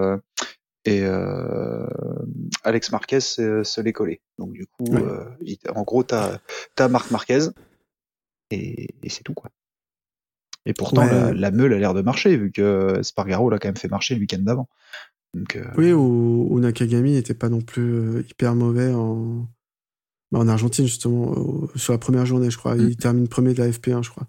Alex Marquez se l'est collé. Donc du coup, en gros, t'as Marc Marquez et c'est tout, quoi. Et pourtant, la meule a l'air de marcher, vu que Spargaro l'a quand même fait marcher le week-end d'avant. Donc, oui, ou Nakagami n'était pas non plus hyper mauvais en Argentine, justement, sur la première journée, je crois. Il termine premier de la FP1, je crois.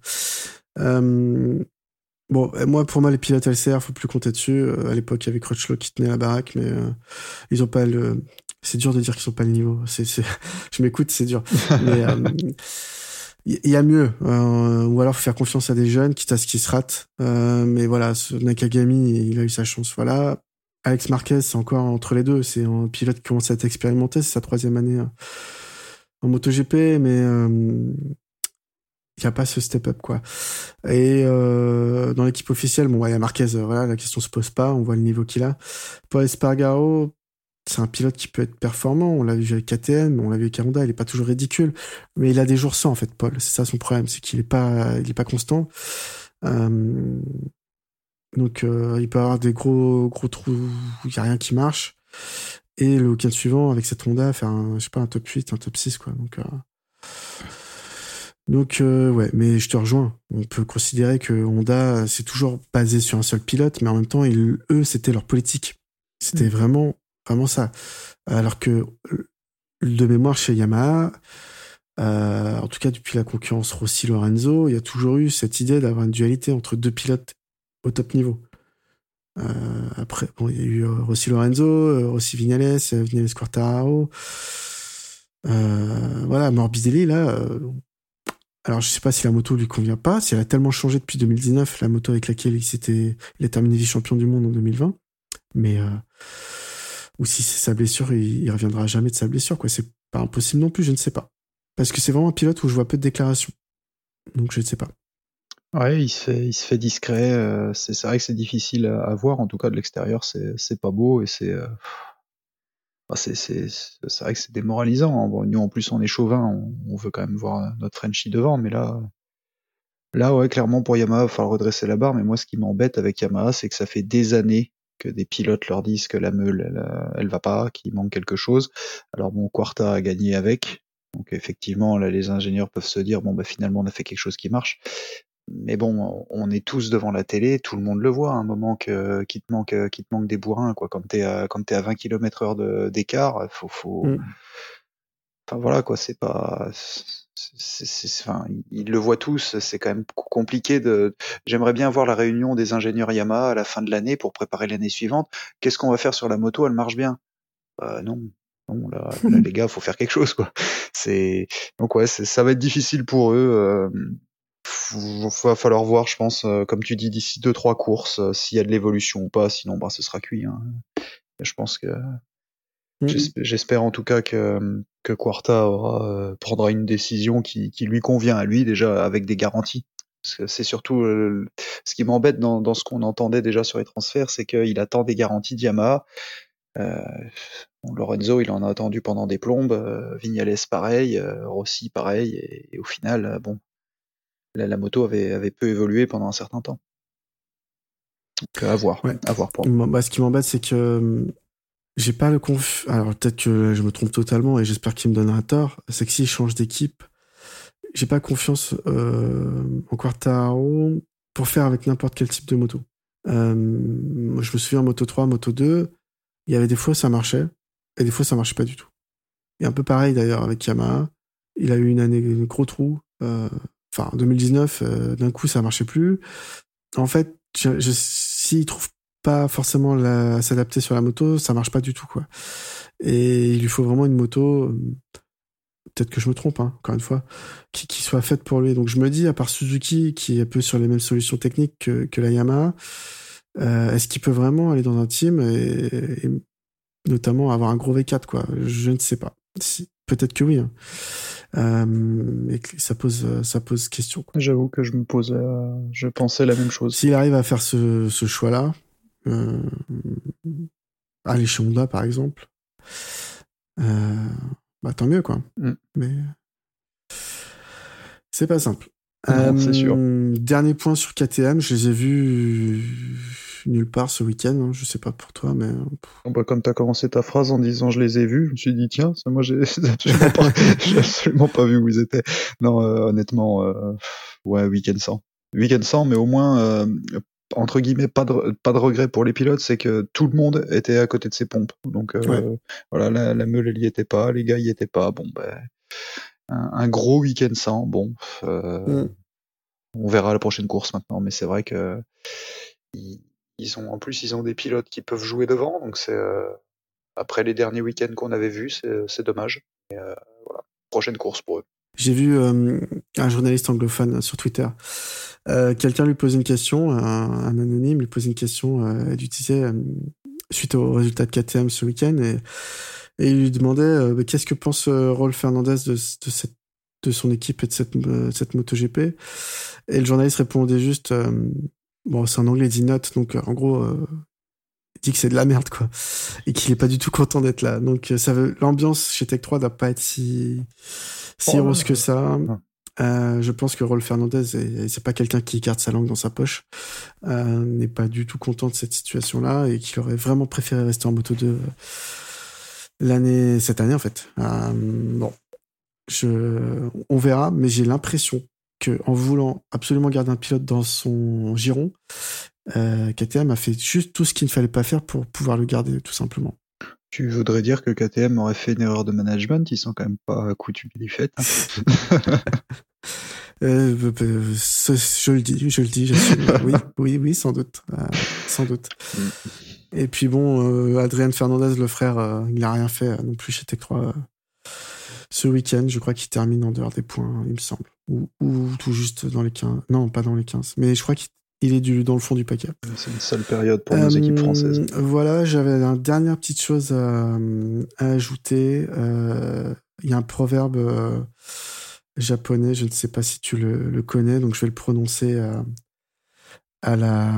Bon, pour moi, les pilotes LCR, faut plus compter dessus. À l'époque, il y avait Crutchlow qui tenait la baraque, mais ils ont pas c'est dur de dire qu'ils ont pas le niveau. Je m'écoute, c'est dur. Mais il y a mieux. Ou alors, faut faire confiance à des jeunes, quitte à ce qu'ils se ratent. Mais voilà, Nakagami, il a eu sa chance. Voilà. Alex Marquez, c'est encore entre les deux. C'est un pilote qui commence à être expérimenté. C'est sa 3e année en MotoGP, mais il n'y a pas ce step-up, quoi. Et dans l'équipe officielle, bon, il y a Marquez, voilà, la question se pose pas, on voit le niveau qu'il a. Paul Espargaro, c'est un pilote qui peut être performant, on l'a vu avec KTM, on l'a vu avec Honda, il est pas toujours ridicule, mais il a des jours sans, en fait, Paul. C'est ça son problème, c'est qu'il est pas constant. Donc, il peut avoir des gros trous où il y a rien qui marche. Et le week-end suivant, avec cette Honda, faire un top 8, un top 6, quoi. Donc ouais, mais je te rejoins. On peut considérer que Honda, c'est toujours basé sur un seul pilote, mais en même temps, eux, c'était leur politique. C'était vraiment ça. Alors que de mémoire chez Yamaha, en tout cas depuis la concurrence Rossi-Lorenzo, il y a toujours eu cette idée d'avoir une dualité entre deux pilotes au top niveau. Après, bon, il y a eu Rossi-Lorenzo, Rossi-Vignales, Vignales-Quartararo. Voilà, Morbidelli, là... alors, je sais pas si la moto lui convient pas, si elle a tellement changé depuis 2019, la moto avec laquelle il a terminé vice-champion du monde en 2020. Mais, ou si c'est sa blessure, il reviendra jamais de sa blessure, quoi. C'est pas impossible non plus, je ne sais pas. Parce que c'est vraiment un pilote où je vois peu de déclarations. Donc, je ne sais pas. Ouais, il se fait discret. C'est vrai que c'est difficile à voir. En tout cas, de l'extérieur, c'est pas beau et c'est vrai que c'est démoralisant. Bon, nous, en plus, on est chauvin, on veut quand même voir notre Frenchie devant, mais là, ouais, clairement, pour Yamaha, il va falloir redresser la barre. Mais moi, ce qui m'embête avec Yamaha, c'est que ça fait des années que des pilotes leur disent que la meule, elle va pas, qu'il manque quelque chose. Alors bon, Quarta a gagné avec. Donc effectivement, là, les ingénieurs peuvent se dire, bon, finalement, on a fait quelque chose qui marche. Mais bon, on est tous devant la télé, tout le monde le voit, à un moment qu'il te manque des bourrins, quoi. Quand t'es à 20 km/h d'écart, faut. Enfin voilà, quoi, c'est pas. Enfin, ils le voient tous, c'est quand même compliqué J'aimerais bien voir la réunion des ingénieurs Yamaha à la fin de l'année pour préparer l'année suivante. Qu'est-ce qu'on va faire sur la moto? Elle marche bien? Non. Non, là, les gars, faut faire quelque chose, quoi. Donc ouais, ça va être difficile pour eux. Va falloir voir, je pense, comme tu dis, d'ici 2-3 courses, s'il y a de l'évolution ou pas, sinon ce sera cuit. Hein. Je pense que j'espère en tout cas que Quarta prendra une décision qui lui convient à lui, déjà avec des garanties. Parce que c'est surtout ce qui m'embête dans ce qu'on entendait déjà sur les transferts, c'est qu'il attend des garanties de Yamaha. Lorenzo, il en a attendu pendant des plombes, Vignales pareil, Rossi pareil, et au final, bon, la moto avait peu évolué pendant un certain temps. Donc à voir pour moi. Bah, ce qui m'embête, c'est que j'ai pas le alors peut-être que je me trompe totalement et j'espère qu'il me donnera tort, c'est que s'il change d'équipe, j'ai pas confiance en Quartararo pour faire avec n'importe quel type de moto. Je me souviens Moto 3, Moto 2, il y avait des fois ça marchait et des fois ça marchait pas du tout. Et un peu pareil d'ailleurs avec Yamaha, il a eu une année gros trou. En 2019, d'un coup ça marchait plus. En fait, s'il trouve pas forcément à s'adapter sur la moto, ça marche pas du tout, quoi. Et il lui faut vraiment une moto, peut-être que je me trompe, hein, encore une fois, qui soit faite pour lui. Donc je me dis, à part Suzuki, qui est un peu sur les mêmes solutions techniques que la Yamaha, est-ce qu'il peut vraiment aller dans un team et notamment avoir un gros V4, quoi? Je ne sais pas. Peut-être que oui, hein. Mais ça pose question, quoi. J'avoue que je pensais la même chose. S'il arrive à faire ce choix-là, aller chez Honda par exemple, tant mieux, quoi. Mais c'est pas simple. Non, c'est sûr. Dernier point sur KTM, je les ai vus nulle part ce week-end, hein, je sais pas pour toi, mais... Comme t'as commencé ta phrase en disant je les ai vus, je me suis dit tiens, moi j'ai absolument pas vu où ils étaient. Non, honnêtement, week-end sans, mais au moins entre guillemets pas de regret pour les pilotes, c'est que tout le monde était à côté de ses pompes. Donc voilà, la meule elle y était pas, les gars y étaient pas. Bon un gros week-end sans. Bon, on verra la prochaine course maintenant, mais c'est vrai que ils ont des pilotes qui peuvent jouer devant, donc c'est après les derniers week-ends qu'on avait vus, c'est dommage. Mais voilà, prochaine course pour eux. J'ai vu un journaliste anglophone sur Twitter. Quelqu'un lui pose une question, un anonyme lui pose une question, il lui disait suite au résultat de KTM ce week-end et il lui demandait qu'est-ce que pense Rolf Fernandez de son équipe et de cette MotoGP. Et le journaliste répondait juste c'est en anglais, il dit not, donc en gros il dit que c'est de la merde, quoi, et qu'il est pas du tout content d'être là. Donc l'ambiance chez Tech 3 doit pas être si rose que ça. Je pense que Rolf Fernandez, et c'est pas quelqu'un qui garde sa langue dans sa poche, n'est pas du tout content de cette situation-là et qu'il aurait vraiment préféré rester en Moto 2 cette année en fait. On verra, mais j'ai l'impression que en voulant absolument garder un pilote dans son giron, KTM a fait juste tout ce qu'il ne fallait pas faire pour pouvoir le garder, tout simplement. Tu voudrais dire que KTM aurait fait une erreur de management? Ils sont quand même pas coutumiers du fait. Hein. Je le dis, j'assume. Oui, sans doute. Et puis bon, Adrian Fernandez, le frère, il n'a rien fait non plus chez Tech 3 ce week-end. Je crois qu'il termine en dehors des points, il me semble. Ou tout juste dans les 15. Non, pas dans les 15. Mais je crois qu'il est dans le fond du paquet. C'est une seule période pour nos équipes françaises. Voilà, j'avais une dernière petite chose à ajouter. Il y a un proverbe japonais, je ne sais pas si tu le connais, donc je vais le prononcer à la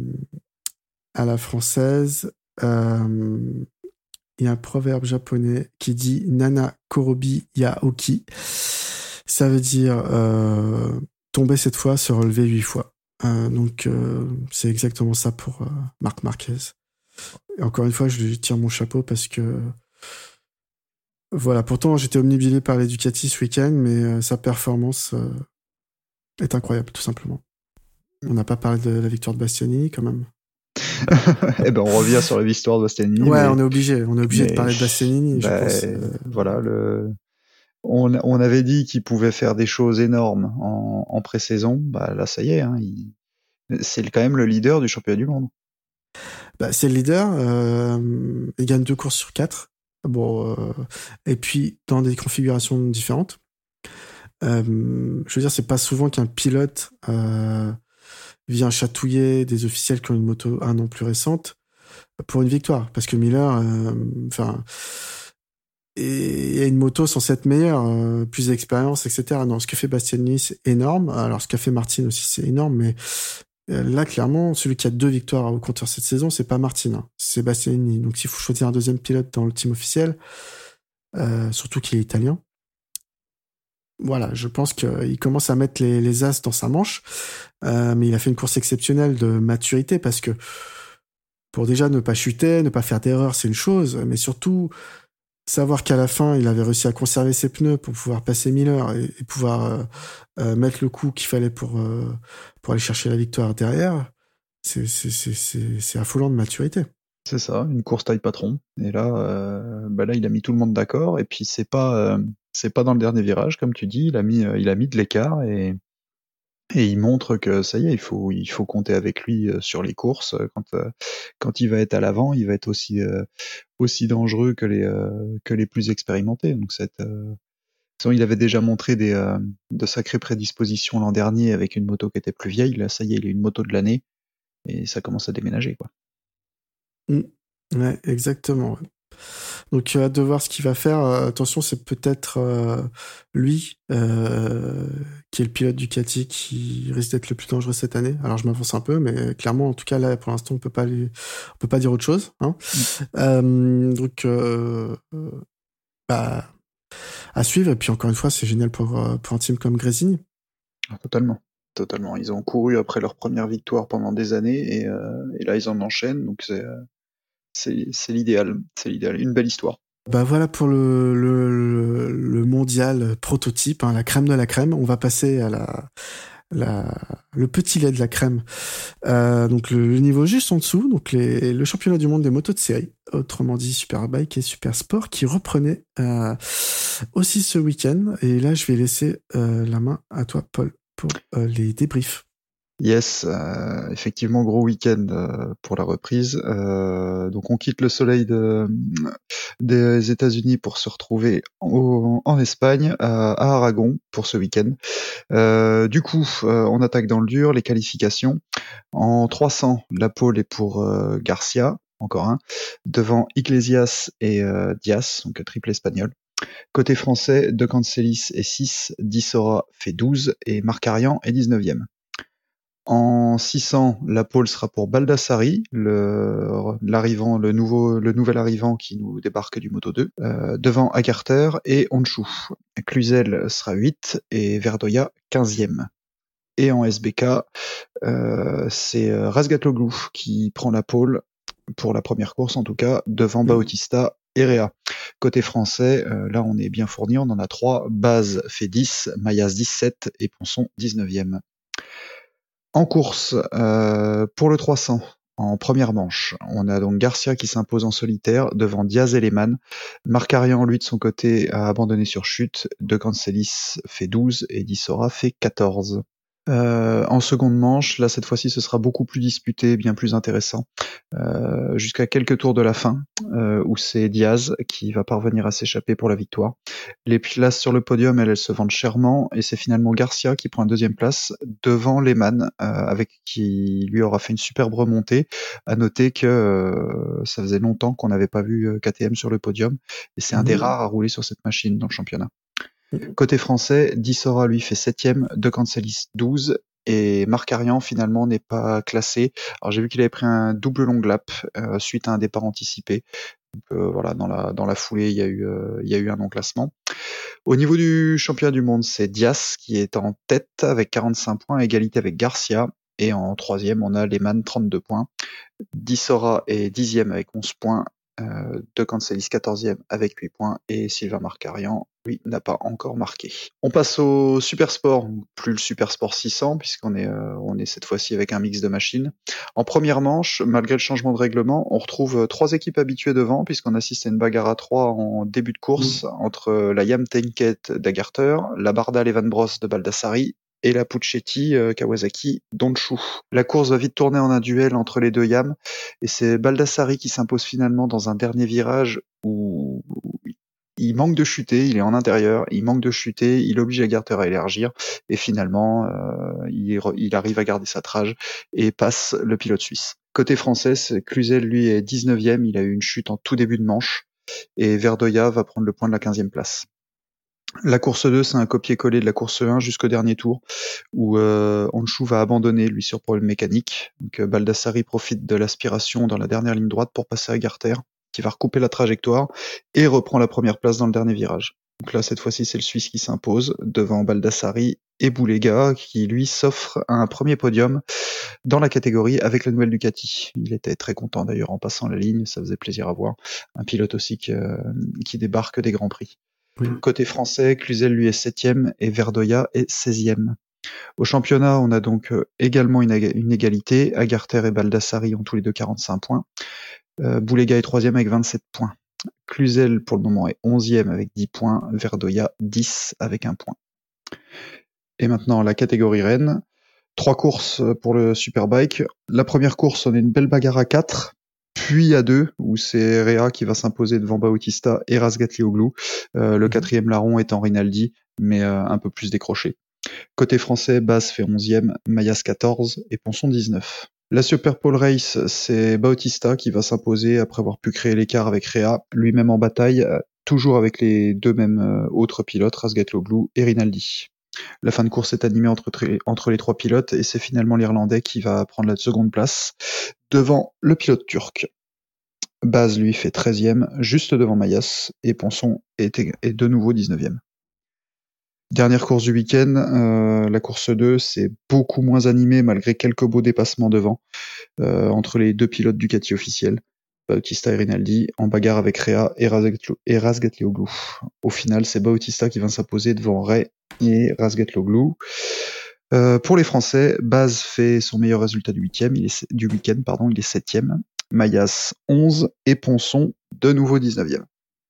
française. Il y a un proverbe japonais qui dit Nana Korobi Yaoki. Ça veut dire tomber 7 fois, se relever 8 fois. Donc c'est exactement ça pour Marc Marquez. Et encore une fois, je lui tire mon chapeau parce que voilà, pourtant j'étais omnibulé par les Ducati ce week-end, mais sa performance est incroyable, tout simplement. On n'a pas parlé de la victoire de Bastianini quand même. On revient sur la victoire de Bastianini. Ouais, on est obligé de parler de Bastianini, je pense. Voilà, on avait dit qu'il pouvait faire des choses énormes en pré-saison. Là, ça y est, hein, c'est quand même le leader du championnat du monde. C'est le leader. Il gagne 2 courses sur 4. Et puis dans des configurations différentes. Je veux dire, c'est pas souvent qu'un pilote vient chatouiller des officiels qui ont une moto un an plus récente pour une victoire, parce que Miller, il y a une moto censée être meilleure, plus d'expérience, etc. Non, ce que fait Bastianini, c'est énorme. Alors, ce qu'a fait Martin aussi, c'est énorme, mais là, clairement, celui qui a 2 victoires au compteur cette saison, c'est pas Martin, hein, c'est Bastianini. Donc, s'il faut choisir un deuxième pilote dans le team officiel, surtout qu'il est italien, voilà, je pense qu'il commence à mettre les as dans sa manche, mais il a fait une course exceptionnelle de maturité parce que pour déjà ne pas chuter, ne pas faire d'erreur, c'est une chose, mais surtout savoir qu'à la fin, il avait réussi à conserver ses pneus pour pouvoir passer Miller et pouvoir mettre le coup qu'il fallait pour aller chercher la victoire derrière, c'est affolant de maturité. C'est ça, une course taille patron. Et là, là, il a mis tout le monde d'accord. Et puis c'est pas dans le dernier virage, comme tu dis. Il a mis de l'écart et il montre que ça y est, il faut compter avec lui sur les courses. Quand il va être à l'avant, il va être aussi dangereux que les plus expérimentés. Donc il avait déjà montré de sacrées prédispositions l'an dernier avec une moto qui était plus vieille. Là, ça y est, il a une moto de l'année et ça commence à déménager, quoi. Ouais, exactement. Ouais. Donc, hâte de voir ce qu'il va faire. Attention, c'est peut-être lui qui est le pilote Ducati qui risque d'être le plus dangereux cette année. Alors, je m'avance un peu, mais clairement, en tout cas, là, pour l'instant, on peut pas dire autre chose. Hein. Donc, à suivre. Et puis, encore une fois, c'est génial pour un team comme Gresini. Totalement. Ils ont couru après leur première victoire pendant des années et là, ils en enchaînent. Donc, c'est l'idéal. C'est l'idéal. Une belle histoire. Voilà pour le mondial prototype, hein, la crème de la crème. On va passer à le petit lait de la crème. Donc le niveau juste en dessous, donc le championnat du monde des motos de série, autrement dit Superbike et Supersport, qui reprenait aussi ce week-end. Et là, je vais laisser la main à toi, Paul, pour les débriefs. Yes, effectivement, gros week-end pour la reprise. Donc on quitte le soleil des États-Unis pour se retrouver en Espagne, à Aragon, pour ce week-end. Du coup, on attaque dans le dur, les qualifications. En 300, la pole est pour Garcia, encore un, devant Iglesias et Diaz, donc triple espagnol. Côté français, De Cancelis est 6, Di Sora fait 12 et Marc-Arian est 19e. En 600, la pole sera pour Baldassari, le nouvel arrivant qui nous débarque du Moto 2, devant Agarter et Honshu. Cluzel sera 8 et Verdoya 15e. Et en SBK, c'est Razgatoglu qui prend la pole pour la première course en tout cas, devant Bautista et Rea. Côté français, là on est bien fourni, on en a 3. Baz fait 10, Mayas 17 et Ponson 19e. En course, pour le 300, en première manche, on a donc Garcia qui s'impose en solitaire devant Diaz et Lehmann. Marc-Arian, lui, de son côté, a abandonné sur chute. De Cancelis fait 12 et Di Sora fait 14. En seconde manche, là cette fois-ci ce sera beaucoup plus disputé, bien plus intéressant, jusqu'à quelques tours de la fin, où c'est Diaz qui va parvenir à s'échapper pour la victoire. Les places sur le podium, elles se vendent chèrement, et c'est finalement Garcia qui prend la deuxième place devant Lehmann, avec qui lui aura fait une superbe remontée. À noter que ça faisait longtemps qu'on n'avait pas vu KTM sur le podium, et c'est un des rares à rouler sur cette machine dans le championnat. Côté français, Di Sora lui fait 7e, De Cancelis 12 et Marc-Arian finalement n'est pas classé. Alors j'ai vu qu'il avait pris un double long lap suite à un départ anticipé. Donc, voilà, dans la foulée, il y a eu un non-classement. Au niveau du championnat du monde, c'est Diaz qui est en tête avec 45 points, à égalité avec Garcia. Et en troisième, on a Lehmann, 32 points. Di Sora est 10e avec 11 points. De Cancelis 14e avec 8 points et Sylvain Marc-Arian, lui, n'a pas encore marqué. On passe au Supersport, plus le Supersport 600, puisqu'on est cette fois-ci avec un mix de machines. En première manche, malgré le changement de règlement, on retrouve 3 équipes habituées devant, puisqu'on assiste à une bagarre à 3 en début de course entre la Yam Tenket d'Agarter, la Bardal Evan Bros de Baldassari et la Puccetti Kawasaki d'Honshu. La course va vite tourner en un duel entre les deux Yam, et c'est Baldassari qui s'impose finalement dans un dernier virage où il manque de chuter, il est en intérieur, il manque de chuter, il oblige Agarter à élargir, et finalement il arrive à garder sa trage et passe le pilote suisse. Côté français, Cluzel lui est 19e, il a eu une chute en tout début de manche, et Verdoya va prendre le point de la 15e place. La course 2, c'est un copier-coller de la course 1 jusqu'au dernier tour, où Honshu va abandonner, lui, sur problème mécanique. Donc Baldassari profite de l'aspiration dans la dernière ligne droite pour passer à Agarter, qui va recouper la trajectoire, et reprend la première place dans le dernier virage. Donc là, cette fois-ci, c'est le Suisse qui s'impose devant Baldassari et Boulega, qui lui s'offre un premier podium dans la catégorie avec la nouvelle Ducati. Il était très content d'ailleurs en passant la ligne, ça faisait plaisir à voir. Un pilote aussi qui débarque des Grands Prix. Oui. Côté français, Cluzel lui est 7e et Verdoya est 16e. Au championnat, on a donc également une égalité. Agarter et Baldassari ont tous les deux 45 points. Boulega est 3e avec 27 points. Cluzel, pour le moment, est 11e avec 10 points. Verdoya, 10 avec 1 point. Et maintenant, la catégorie reine. 3 courses pour le Superbike. La première course, on a une belle bagarre à 4, puis à 2, où c'est Rea qui va s'imposer devant Bautista et Razgatlioglu. Le 4e larron étant Rinaldi, mais un peu plus décroché. Côté français, Baz fait 11e, Mayas 14 et Ponson 19. La Super Pole Race, c'est Bautista qui va s'imposer après avoir pu créer l'écart avec Rea, lui-même en bataille, toujours avec les deux mêmes autres pilotes, Razgatlioglu et Rinaldi. La fin de course est animée entre les 3 pilotes et c'est finalement l'Irlandais qui va prendre la seconde place devant le pilote turc. Baz lui fait 13e, juste devant Mayas, et Ponson est de nouveau 19e. Dernière course du week-end, la course 2, c'est beaucoup moins animé malgré quelques beaux dépassements devant, entre les 2 pilotes Ducati officiels, Bautista et Rinaldi, en bagarre avec Rea et Razgatlioglu. Au final, c'est Bautista qui va s'imposer devant Rea et Razgatlioglu. Pour les Français, Baz fait son meilleur résultat du week-end, il est 7e, Mayas 11 et Ponson de nouveau 19e.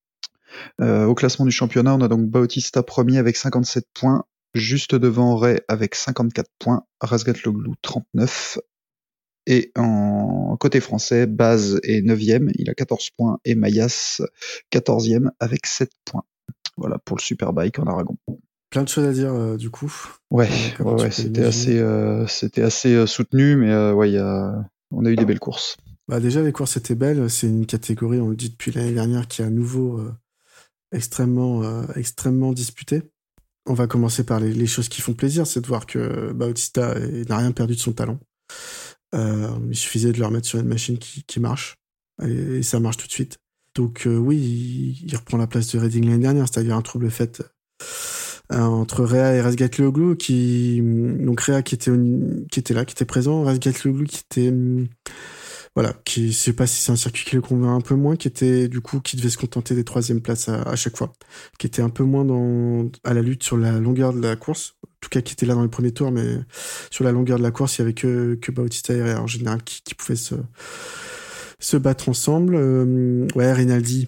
Au classement du championnat, on a donc Bautista premier avec 57 points, juste devant Rea avec 54 points, Razgatlioglu 39. Et en côté français, Baz est 9e, il a 14 points, et Mayas 14e avec 7 points. Voilà pour le Superbike en Aragon. Plein de choses à dire du coup. Ouais, c'était assez soutenu, mais on a eu des belles courses. Bah déjà les courses étaient belles, c'est une catégorie, on le dit depuis l'année dernière, qui est à nouveau extrêmement disputée. On va commencer par les choses qui font plaisir, c'est de voir que Bautista n'a rien perdu de son talent. Il suffisait de le remettre sur une machine qui marche, et ça marche tout de suite. Donc oui, il reprend la place de Redding l'année dernière, c'est-à-dire un trouble fait entre Rea et Razgatlioglu, donc Rea qui était là, qui était présent, Razgatlioglu qui était je sais pas si c'est un circuit qui le convainc un peu moins, qui devait se contenter des 3e places à chaque fois, qui était un peu moins à la lutte sur la longueur de la course, en tout cas qui était là dans les premiers tours, mais sur la longueur de la course, il y avait que Bautista et Rea en général qui pouvaient se battre ensemble. Rinaldi,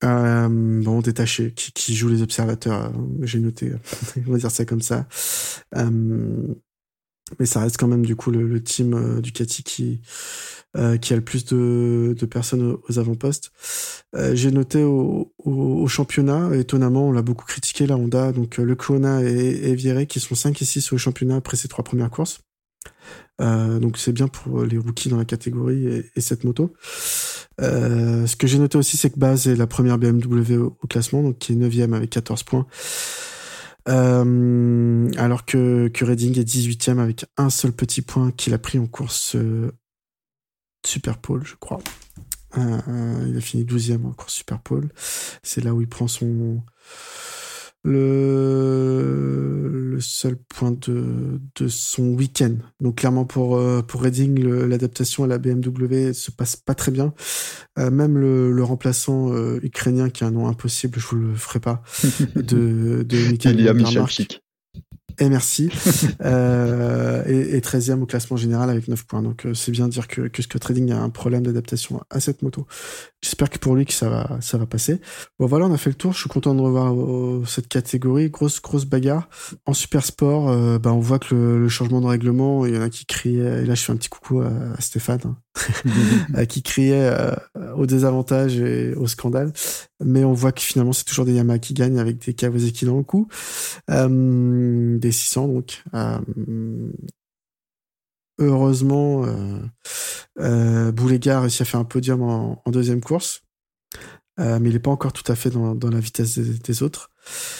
détaché, qui joue les observateurs, j'ai noté, on va dire ça comme ça. Mais ça reste quand même du coup le team Ducati qui a le plus de personnes aux avant-postes. J'ai noté au championnat, étonnamment, on l'a beaucoup critiqué, la Honda, donc Le Clona et Vieré qui sont 5 et 6 au championnat après ces 3 premières courses. Donc c'est bien pour les rookies dans la catégorie et cette moto. Ce que j'ai noté aussi, c'est que Baz est la première BMW au classement, donc qui est 9e avec 14 points. Alors que Redding est 18e avec un seul petit point qu'il a pris en course Super Pole, je crois. Il a fini 12e en course Super Pole. C'est là où il prend le seul point de son week-end. Donc clairement pour Redding, l'adaptation à la BMW se passe pas très bien. Même le remplaçant ukrainien qui a un nom impossible, je vous le ferai pas, de Michael Vandermark. Et merci. Et 13e au classement général avec 9 points. Donc c'est bien de dire que Scott Redding a un problème d'adaptation à cette moto. J'espère que pour lui que ça va passer. Bon voilà, on a fait le tour. Je suis content de revoir cette catégorie. Grosse bagarre. En super sport, on voit que le changement de règlement, il y en a qui criaient, et là je fais un petit coucou à Stéphane, qui criait au désavantage et au scandale. Mais on voit que finalement c'est toujours des Yamaha qui gagnent avec des Kawasaki dans le coup. Des 600 donc. Heureusement, Boulega a réussi à faire un podium en deuxième course, mais il n'est pas encore tout à fait dans la vitesse des autres.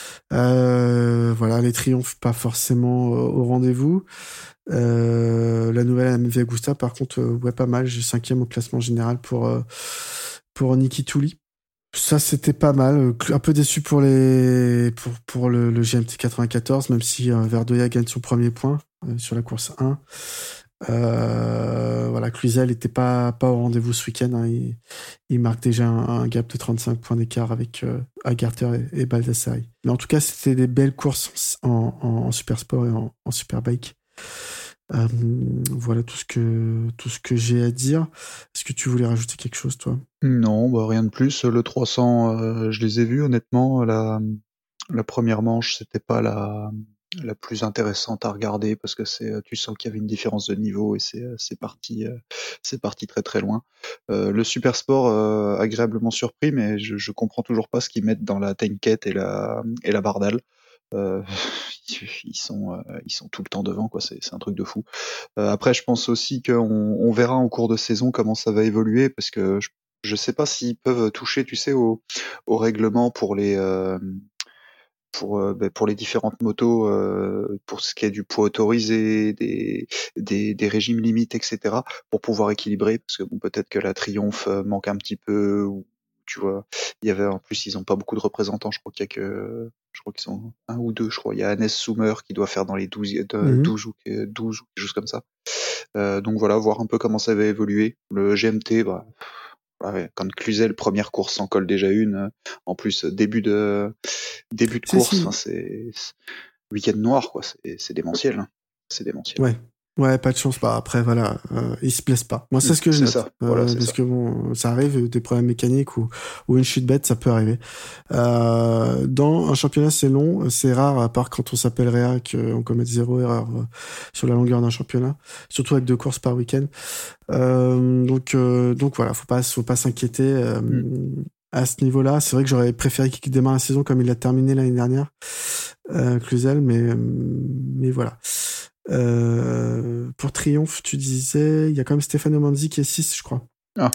Les triomphes pas forcément au rendez-vous. La nouvelle MV Agusta, par contre, pas mal. J'ai 5e au classement général pour Niki Tully. Ça, c'était pas mal. Un peu déçu pour le GMT 94, même si Verdoya gagne son premier point sur la course 1. Voilà, Cluzel était pas au rendez-vous ce week-end. Hein. Il marque déjà un gap de 35 points d'écart avec Agarter et Baldassari. Mais en tout cas, c'était des belles courses en super sport et en superbike. Voilà tout ce que j'ai à dire. Est-ce que tu voulais rajouter quelque chose, toi? Non, bah rien de plus. Le 300, je les ai vus honnêtement. La première manche, c'était pas la plus intéressante à regarder parce que tu sens qu'il y avait une différence de niveau et c'est parti très très loin. Le super sport, agréablement surpris, mais je comprends toujours pas ce qu'ils mettent dans la Tanket et la Bardal. Ils sont tout le temps devant, quoi. C'est un truc de fou. Après, je pense aussi qu'on verra en cours de saison comment ça va évoluer, parce que je sais pas s'ils peuvent toucher, tu sais, au règlement pour pour les différentes motos, pour ce qui est du poids autorisé, des régimes limites, etc., pour pouvoir équilibrer, parce que bon, peut-être que la Triumph manque un petit peu, ou tu vois, il y avait en plus, ils ont pas beaucoup de représentants, je crois qu'ils sont un ou deux, je crois. Il y a Hannes Sommer qui doit faire dans les 12 ou quelque chose comme ça. Donc voilà, voir un peu comment ça va évoluer. Le GMT, bah, ouais, quand Cluzel, première course, s'en colle déjà une. En plus, début de course, enfin, c'est week-end noir, quoi. C'est démentiel. Hein. C'est démentiel. Ouais, pas de chance. Bah après, voilà, ils se blessent pas. Moi, c'est ce que je note. Ça. Voilà, parce ça. que bon, ça arrive, des problèmes mécaniques ou une chute bête, ça peut arriver. Dans un championnat, c'est long, c'est rare, à part quand on s'appelle Réa, qu'on commette 0 erreur sur la longueur d'un championnat, surtout avec 2 courses par week-end. Donc voilà, faut pas s'inquiéter. À ce niveau-là, c'est vrai que j'aurais préféré qu'il démarre la saison comme il l'a terminé l'année dernière, Cluzel, mais voilà. Pour Triomphe, tu disais, il y a quand même Stefano Manzi qui est 6, je crois,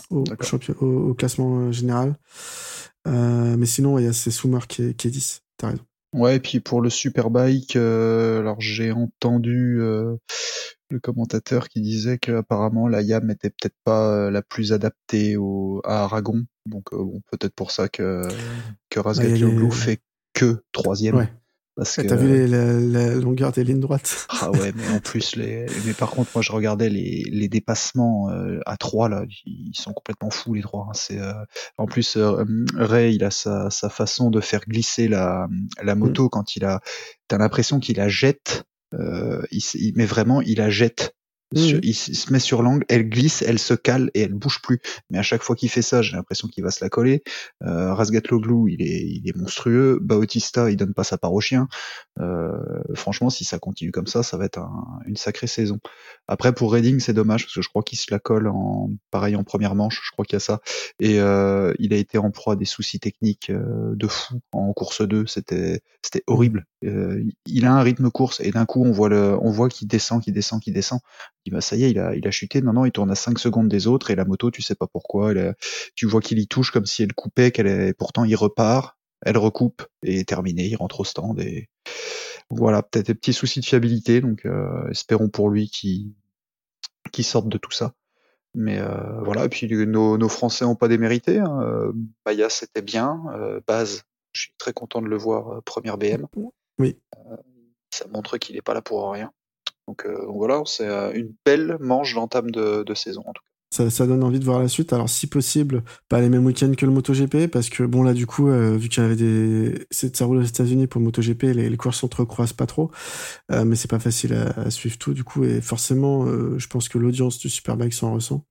au classement général. Mais sinon, il y a Sommer qui est 10. T'as raison. Ouais, et puis pour le Superbike, alors j'ai entendu le commentateur qui disait qu'apparemment la YAM était peut-être pas la plus adaptée à Aragon. Donc bon, peut-être pour ça que Razgatlioglu fait que 3e. Ouais. Parce que... T'as vu la longueur des lignes droites? Ah ouais, mais en plus, mais par contre, moi je regardais les dépassements à 3 là, ils sont complètement fous les 3. Hein. En plus, Ray, il a sa façon de faire glisser la moto quand t'as l'impression qu'il la jette, mais vraiment il la jette. Il se met sur l'angle, elle glisse, elle se cale et elle bouge plus. Mais à chaque fois qu'il fait ça, j'ai l'impression qu'il va se la coller. Razgatlioglu, il est monstrueux. Bautista, il donne pas sa part au chien. Franchement, si ça continue comme ça va être une sacrée saison. Après, pour Redding, c'est dommage parce que je crois qu'il se la colle pareil en première manche. Je crois qu'il y a ça. Et il a été en proie à des soucis techniques de fou en course 2. C'était horrible. Il a un rythme course et d'un coup, on voit qu'il descend. Il dit, bah, ça y est, il a chuté. Non, il tourne à 5 secondes des autres et la moto, tu sais pas pourquoi. Tu vois qu'il y touche comme si elle coupait, pourtant il repart. Elle recoupe et terminé, il rentre au stand et voilà, peut-être des petits soucis de fiabilité, donc espérons pour lui qu'il sorte de tout ça. Mais voilà, et puis nos Français ont pas démérité. Hein. Maya, c'était bien. Baz, je suis très content de le voir première BM. Oui. Ça montre qu'il est pas là pour rien. Donc voilà, c'est une belle manche d'entame de saison en tout cas. Ça donne envie de voir la suite. Alors, si possible, pas les mêmes week-ends que le MotoGP, parce que bon, là, du coup, vu qu'il y avait ça roule aux États-Unis pour le MotoGP, les courses s'entrecroisent pas trop, mais c'est pas facile à suivre tout, du coup, et forcément, je pense que l'audience du Superbike s'en ressent.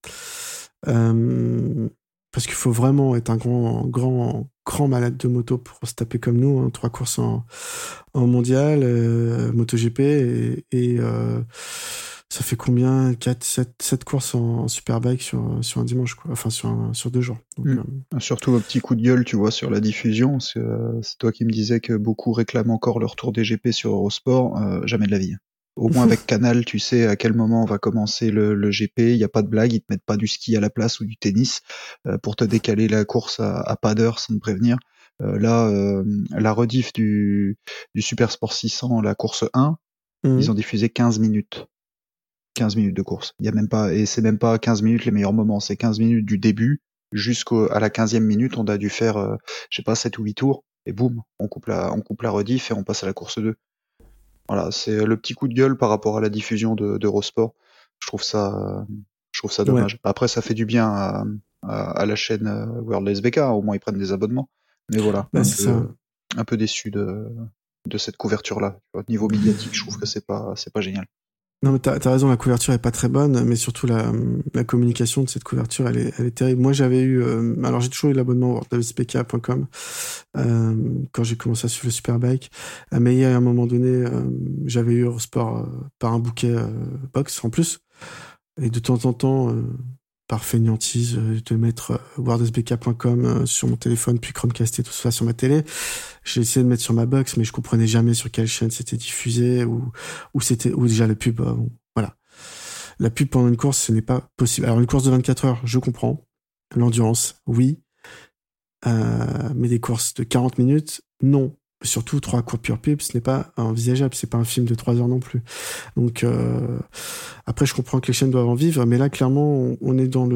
Parce qu'il faut vraiment être un grand malade de moto pour se taper comme nous, hein, 3 courses en mondial, MotoGP, et ça fait combien? 7 courses en Superbike sur un dimanche, quoi. Enfin, sur 2 jours. Donc, surtout un petit coup de gueule, tu vois, sur la diffusion. C'est toi qui me disais que beaucoup réclament encore le retour des GP sur Eurosport. Jamais de la vie. Au moins avec Canal, tu sais à quel moment on va commencer le GP. Il n'y a pas de blague, ils te mettent pas du ski à la place ou du tennis pour te décaler la course à pas d'heure sans te prévenir. Là, la rediff du Super Sport 600, la course 1, ils ont diffusé 15 minutes. 15 minutes de course. Il y a même pas, et c'est même pas 15 minutes les meilleurs moments, c'est 15 minutes du début jusqu'à la 15e minute, on a dû faire, je sais pas, 7 ou 8 tours, et boum, on coupe la rediff et on passe à la course 2. Voilà, c'est le petit coup de gueule par rapport à la diffusion d'Eurosport. Je trouve ça dommage. Ouais, Après, ça fait du bien à la chaîne World SBK, au moins ils prennent des abonnements. Mais voilà, bah c'est ça. un peu déçu de cette couverture-là. Au niveau médiatique, je trouve que c'est pas génial. Non, mais t'as raison, la couverture est pas très bonne, mais surtout la communication de cette couverture, elle est terrible. Moi, j'avais eu, alors j'ai toujours eu l'abonnement worldspk.com quand j'ai commencé à suivre le Superbike, mais il y a un moment donné, j'avais eu Eurosport par un bouquet box en plus, et de temps en temps, par fainéantise, de mettre worldsbk.com sur mon téléphone, puis Chromecast et tout ça sur ma télé. J'ai essayé de mettre sur ma box, mais je comprenais jamais sur quelle chaîne c'était diffusé ou c'était ou déjà la pub. Bon, voilà, la pub pendant une course, ce n'est pas possible. Alors une course de 24 heures, je comprends. L'endurance, oui, mais des courses de 40 minutes, non. Surtout 3 courses pure pub, ce n'est pas envisageable. C'est pas un film de 3 heures non plus. Donc après, je comprends que les chaînes doivent en vivre, mais là, clairement, on est dans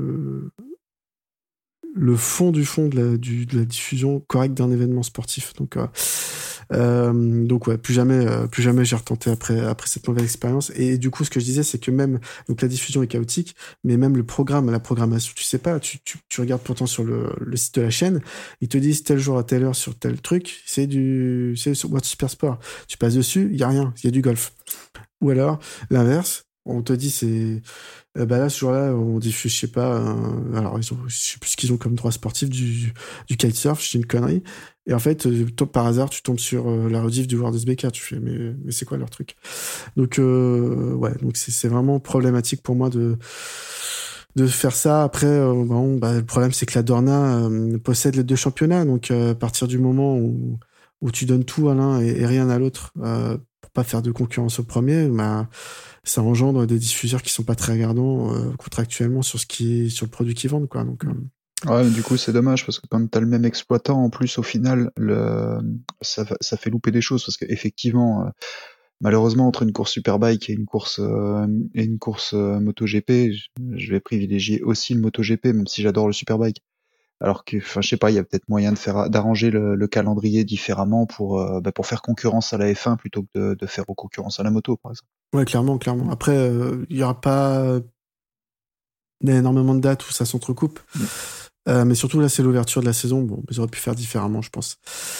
le fond du fond de la diffusion correcte d'un événement sportif. Donc ouais, plus jamais j'ai retenté après cette mauvaise expérience. Et du coup, ce que je disais, c'est que même donc la diffusion est chaotique, mais même le programme, la programmation, tu sais pas, tu regardes pourtant sur le site de la chaîne, ils te disent tel jour à telle heure sur tel truc, c'est sur Watch Super Sport. Tu passes dessus, il y a rien, il y a du golf. Ou alors l'inverse, on te dit c'est bah là ce jour-là on diffuse je sais pas alors je sais plus ce qu'ils ont comme droit sportif du kitesurf, c'est une connerie, et en fait par hasard tu tombes sur la rediff du World SBK, tu fais mais c'est quoi leur truc. Donc ouais, donc c'est vraiment problématique pour moi de faire ça. Après bon, bah, le problème c'est que la Dorna possède les deux championnats, donc à partir du moment où tu donnes tout à l'un et rien à l'autre pour pas faire de concurrence au premier, bah ça engendre des diffuseurs qui sont pas très regardants contractuellement sur le produit qu'ils vendent, quoi. Donc Ouais, du coup, c'est dommage parce que quand t'as le même exploitant, en plus, au final, ça fait louper des choses parce qu'effectivement, malheureusement, entre une course Superbike et une course MotoGP, je vais privilégier aussi le MotoGP, même si j'adore le Superbike. Alors que, enfin, je sais pas, il y a peut-être moyen d'arranger le calendrier différemment pour faire concurrence à la F1 plutôt que de faire concurrence à la moto, par exemple. ouais, clairement. Après, il y aura pas énormément de dates où ça s'entrecoupe. Mais surtout là, c'est l'ouverture de la saison. Bon, ils auraient pu faire différemment, je pense.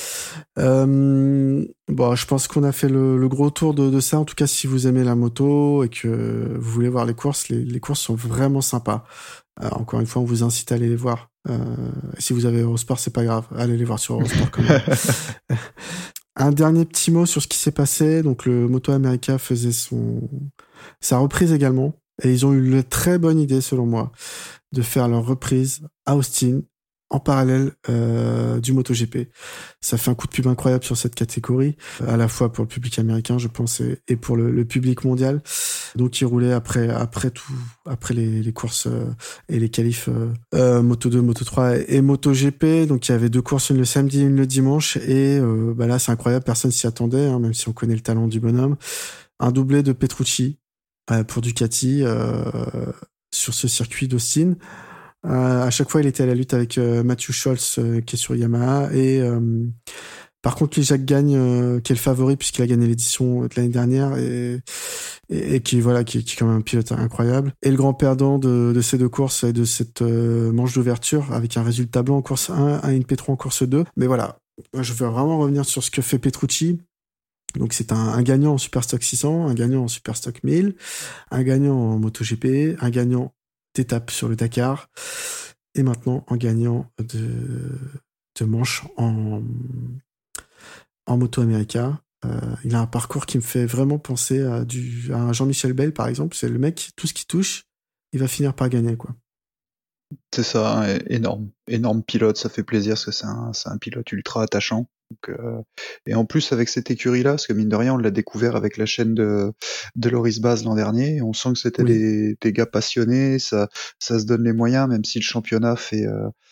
Bon, je pense qu'on a fait le gros tour de ça. En tout cas, si vous aimez la moto et que vous voulez voir les courses, les courses sont vraiment sympas. Encore une fois, on vous incite à aller les voir. Si vous avez Eurosport, c'est pas grave. Allez les voir sur Eurosport quand même. Un dernier petit mot sur ce qui s'est passé. Donc, le Moto America faisait sa reprise également. Et ils ont eu la très bonne idée, selon moi, de faire leur reprise à Austin en parallèle du MotoGP. Ça fait un coup de pub incroyable sur cette catégorie, à la fois pour le public américain, je pense, et pour le public mondial. Donc, ils roulaient après les courses et les qualifs Moto2, Moto3 et MotoGP. Donc, il y avait 2 courses, une le samedi, une le dimanche. Et bah là, c'est incroyable, personne s'y attendait, hein, même si on connaît le talent du bonhomme. Un doublé de Petrucci pour Ducati sur ce circuit d'Austin. À chaque fois, il était à la lutte avec Matthew Scholz qui est sur Yamaha, et par contre, Jack Gagne qui est le favori puisqu'il a gagné l'édition de l'année dernière et qui est quand même un pilote incroyable. Et le grand perdant de ces 2 courses et de cette manche d'ouverture avec un résultat blanc en course 1 à une P3 en course 2. Mais voilà, je veux vraiment revenir sur ce que fait Petrucci. Donc c'est un gagnant en Superstock 600, un gagnant en Superstock 1000, un gagnant en MotoGP, un gagnant d'étape sur le Dakar, et maintenant un gagnant de manche en Moto America. Il a un parcours qui me fait vraiment penser à un Jean-Michel Bell, par exemple. C'est le mec, tout ce qui touche, il va finir par gagner, quoi. C'est ça, hein, énorme pilote, ça fait plaisir parce que c'est un pilote ultra attachant. Donc, et en plus avec cette écurie-là, parce que mine de rien, on l'a découvert avec la chaîne de Loris Baz l'an dernier, et on sent que c'était des gars passionnés, ça se donne les moyens, même si le championnat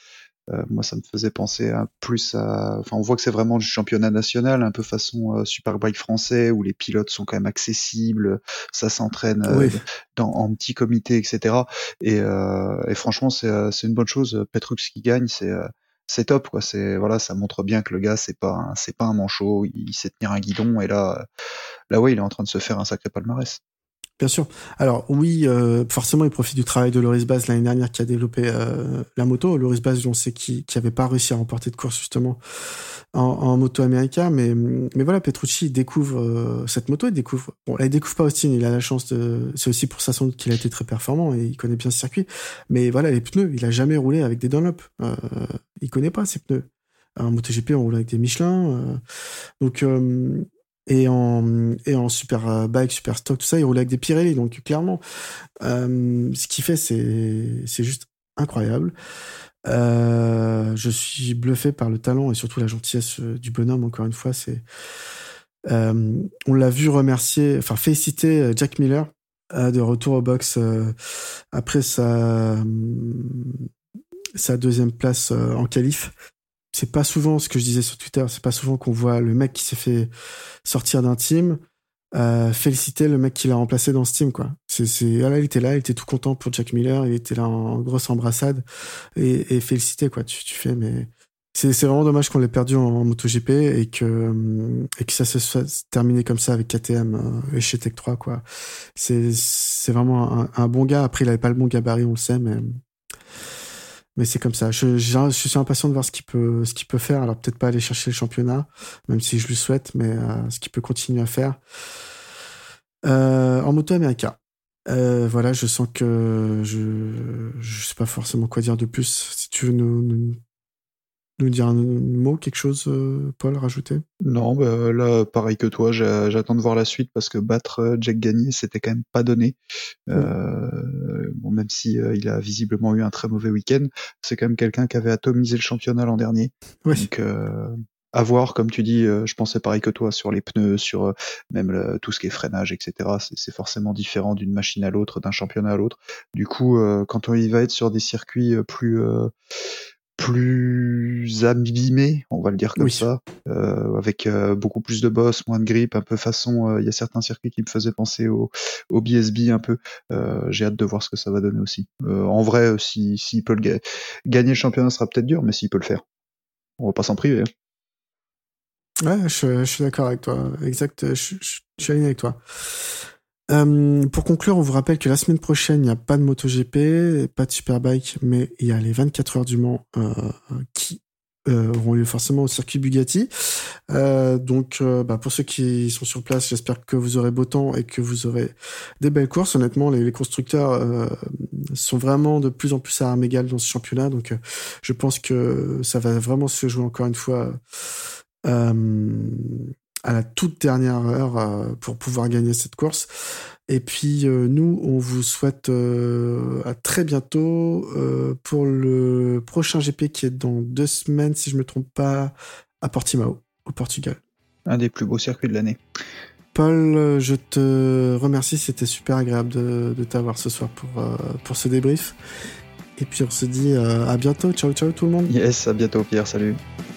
Moi, ça me faisait penser plus à... Enfin, on voit que c'est vraiment du championnat national, un peu façon Superbike français, où les pilotes sont quand même accessibles, ça s'entraîne en petit comité, etc. Et franchement, c'est une bonne chose. Petrux qui gagne, c'est top, quoi. Ça montre bien que le gars, c'est pas un manchot, il sait tenir un guidon, et là, ouais, il est en train de se faire un sacré palmarès. Bien sûr. Alors oui, forcément, il profite du travail de Loris Baz l'année dernière qui a développé la moto. Loris Baz, on sait qui avait pas réussi à remporter de course justement en moto America, mais voilà, Petrucci découvre cette moto, il découvre pas Austin, il a la chance c'est aussi pour ça sans doute qu'il a été très performant et il connaît bien ce circuit. Mais voilà, les pneus, il a jamais roulé avec des Dunlop. Il connaît pas ces pneus. En MotoGP, on roule avec des Michelin, donc et en super bike, super stock, tout ça, il roule avec des Pirelli, donc clairement, ce qu'il fait, c'est juste incroyable. Je suis bluffé par le talent et surtout la gentillesse du bonhomme. Encore une fois, on l'a vu féliciter Jack Miller de retour au box après sa deuxième place en qualif. C'est pas souvent, ce que je disais sur Twitter, c'est pas souvent qu'on voit le mec qui s'est fait sortir d'un team féliciter le mec qui l'a remplacé dans ce team, quoi. Voilà, il était tout content pour Jack Miller, il était là en grosse embrassade et féliciter, quoi. Tu fais, mais c'est vraiment dommage qu'on l'ait perdu en MotoGP et que ça se soit terminé comme ça avec KTM et chez Tech 3, quoi. C'est vraiment un bon gars. Après, il avait pas le bon gabarit, on le sait, mais c'est comme ça. Je suis impatient de voir ce qu'il peut faire. Alors peut-être pas aller chercher le championnat, même si je lui souhaite, mais ce qu'il peut continuer à faire en Moto America. Voilà, je sens que je sais pas forcément quoi dire de plus. Si tu veux nous dire un mot, quelque chose, Paul, rajouter? Non, là, pareil que toi, j'attends de voir la suite parce que battre Jack Gagné, c'était quand même pas donné. Même si il a visiblement eu un très mauvais week-end, c'est quand même quelqu'un qui avait atomisé le championnat l'an dernier. Oui. Donc, à voir, comme tu dis, je pensais pareil que toi sur les pneus, sur même tout ce qui est freinage, etc. C'est forcément différent d'une machine à l'autre, d'un championnat à l'autre. Du coup, quand il va être sur des circuits plus abîmé, on va le dire comme ça, avec beaucoup plus de boss, moins de grip, un peu façon, il y a certains circuits qui me faisaient penser au BSB un peu. J'ai hâte de voir ce que ça va donner aussi. En vrai, s'il peut gagner le championnat, ce sera peut-être dur, mais s'il peut le faire, on va pas s'en priver. Ouais, je suis d'accord avec toi. Exact, je suis aligné avec toi. Pour conclure, on vous rappelle que la semaine prochaine, il n'y a pas de MotoGP, pas de Superbike, mais il y a les 24 heures du Mans qui auront lieu forcément au circuit Bugatti. Donc, pour ceux qui sont sur place, j'espère que vous aurez beau temps et que vous aurez des belles courses. Honnêtement, les constructeurs sont vraiment de plus en plus à armes égales dans ce championnat. Donc, je pense que ça va vraiment se jouer encore une fois à la toute dernière heure pour pouvoir gagner cette course. Et puis nous, on vous souhaite à très bientôt pour le prochain GP qui est dans 2 semaines, si je me trompe pas, à Portimao, au Portugal. Un des plus beaux circuits de l'année. Paul, je te remercie, c'était super agréable de t'avoir ce soir pour ce débrief. Et puis on se dit à bientôt, ciao tout le monde. Yes, à bientôt Pierre, salut.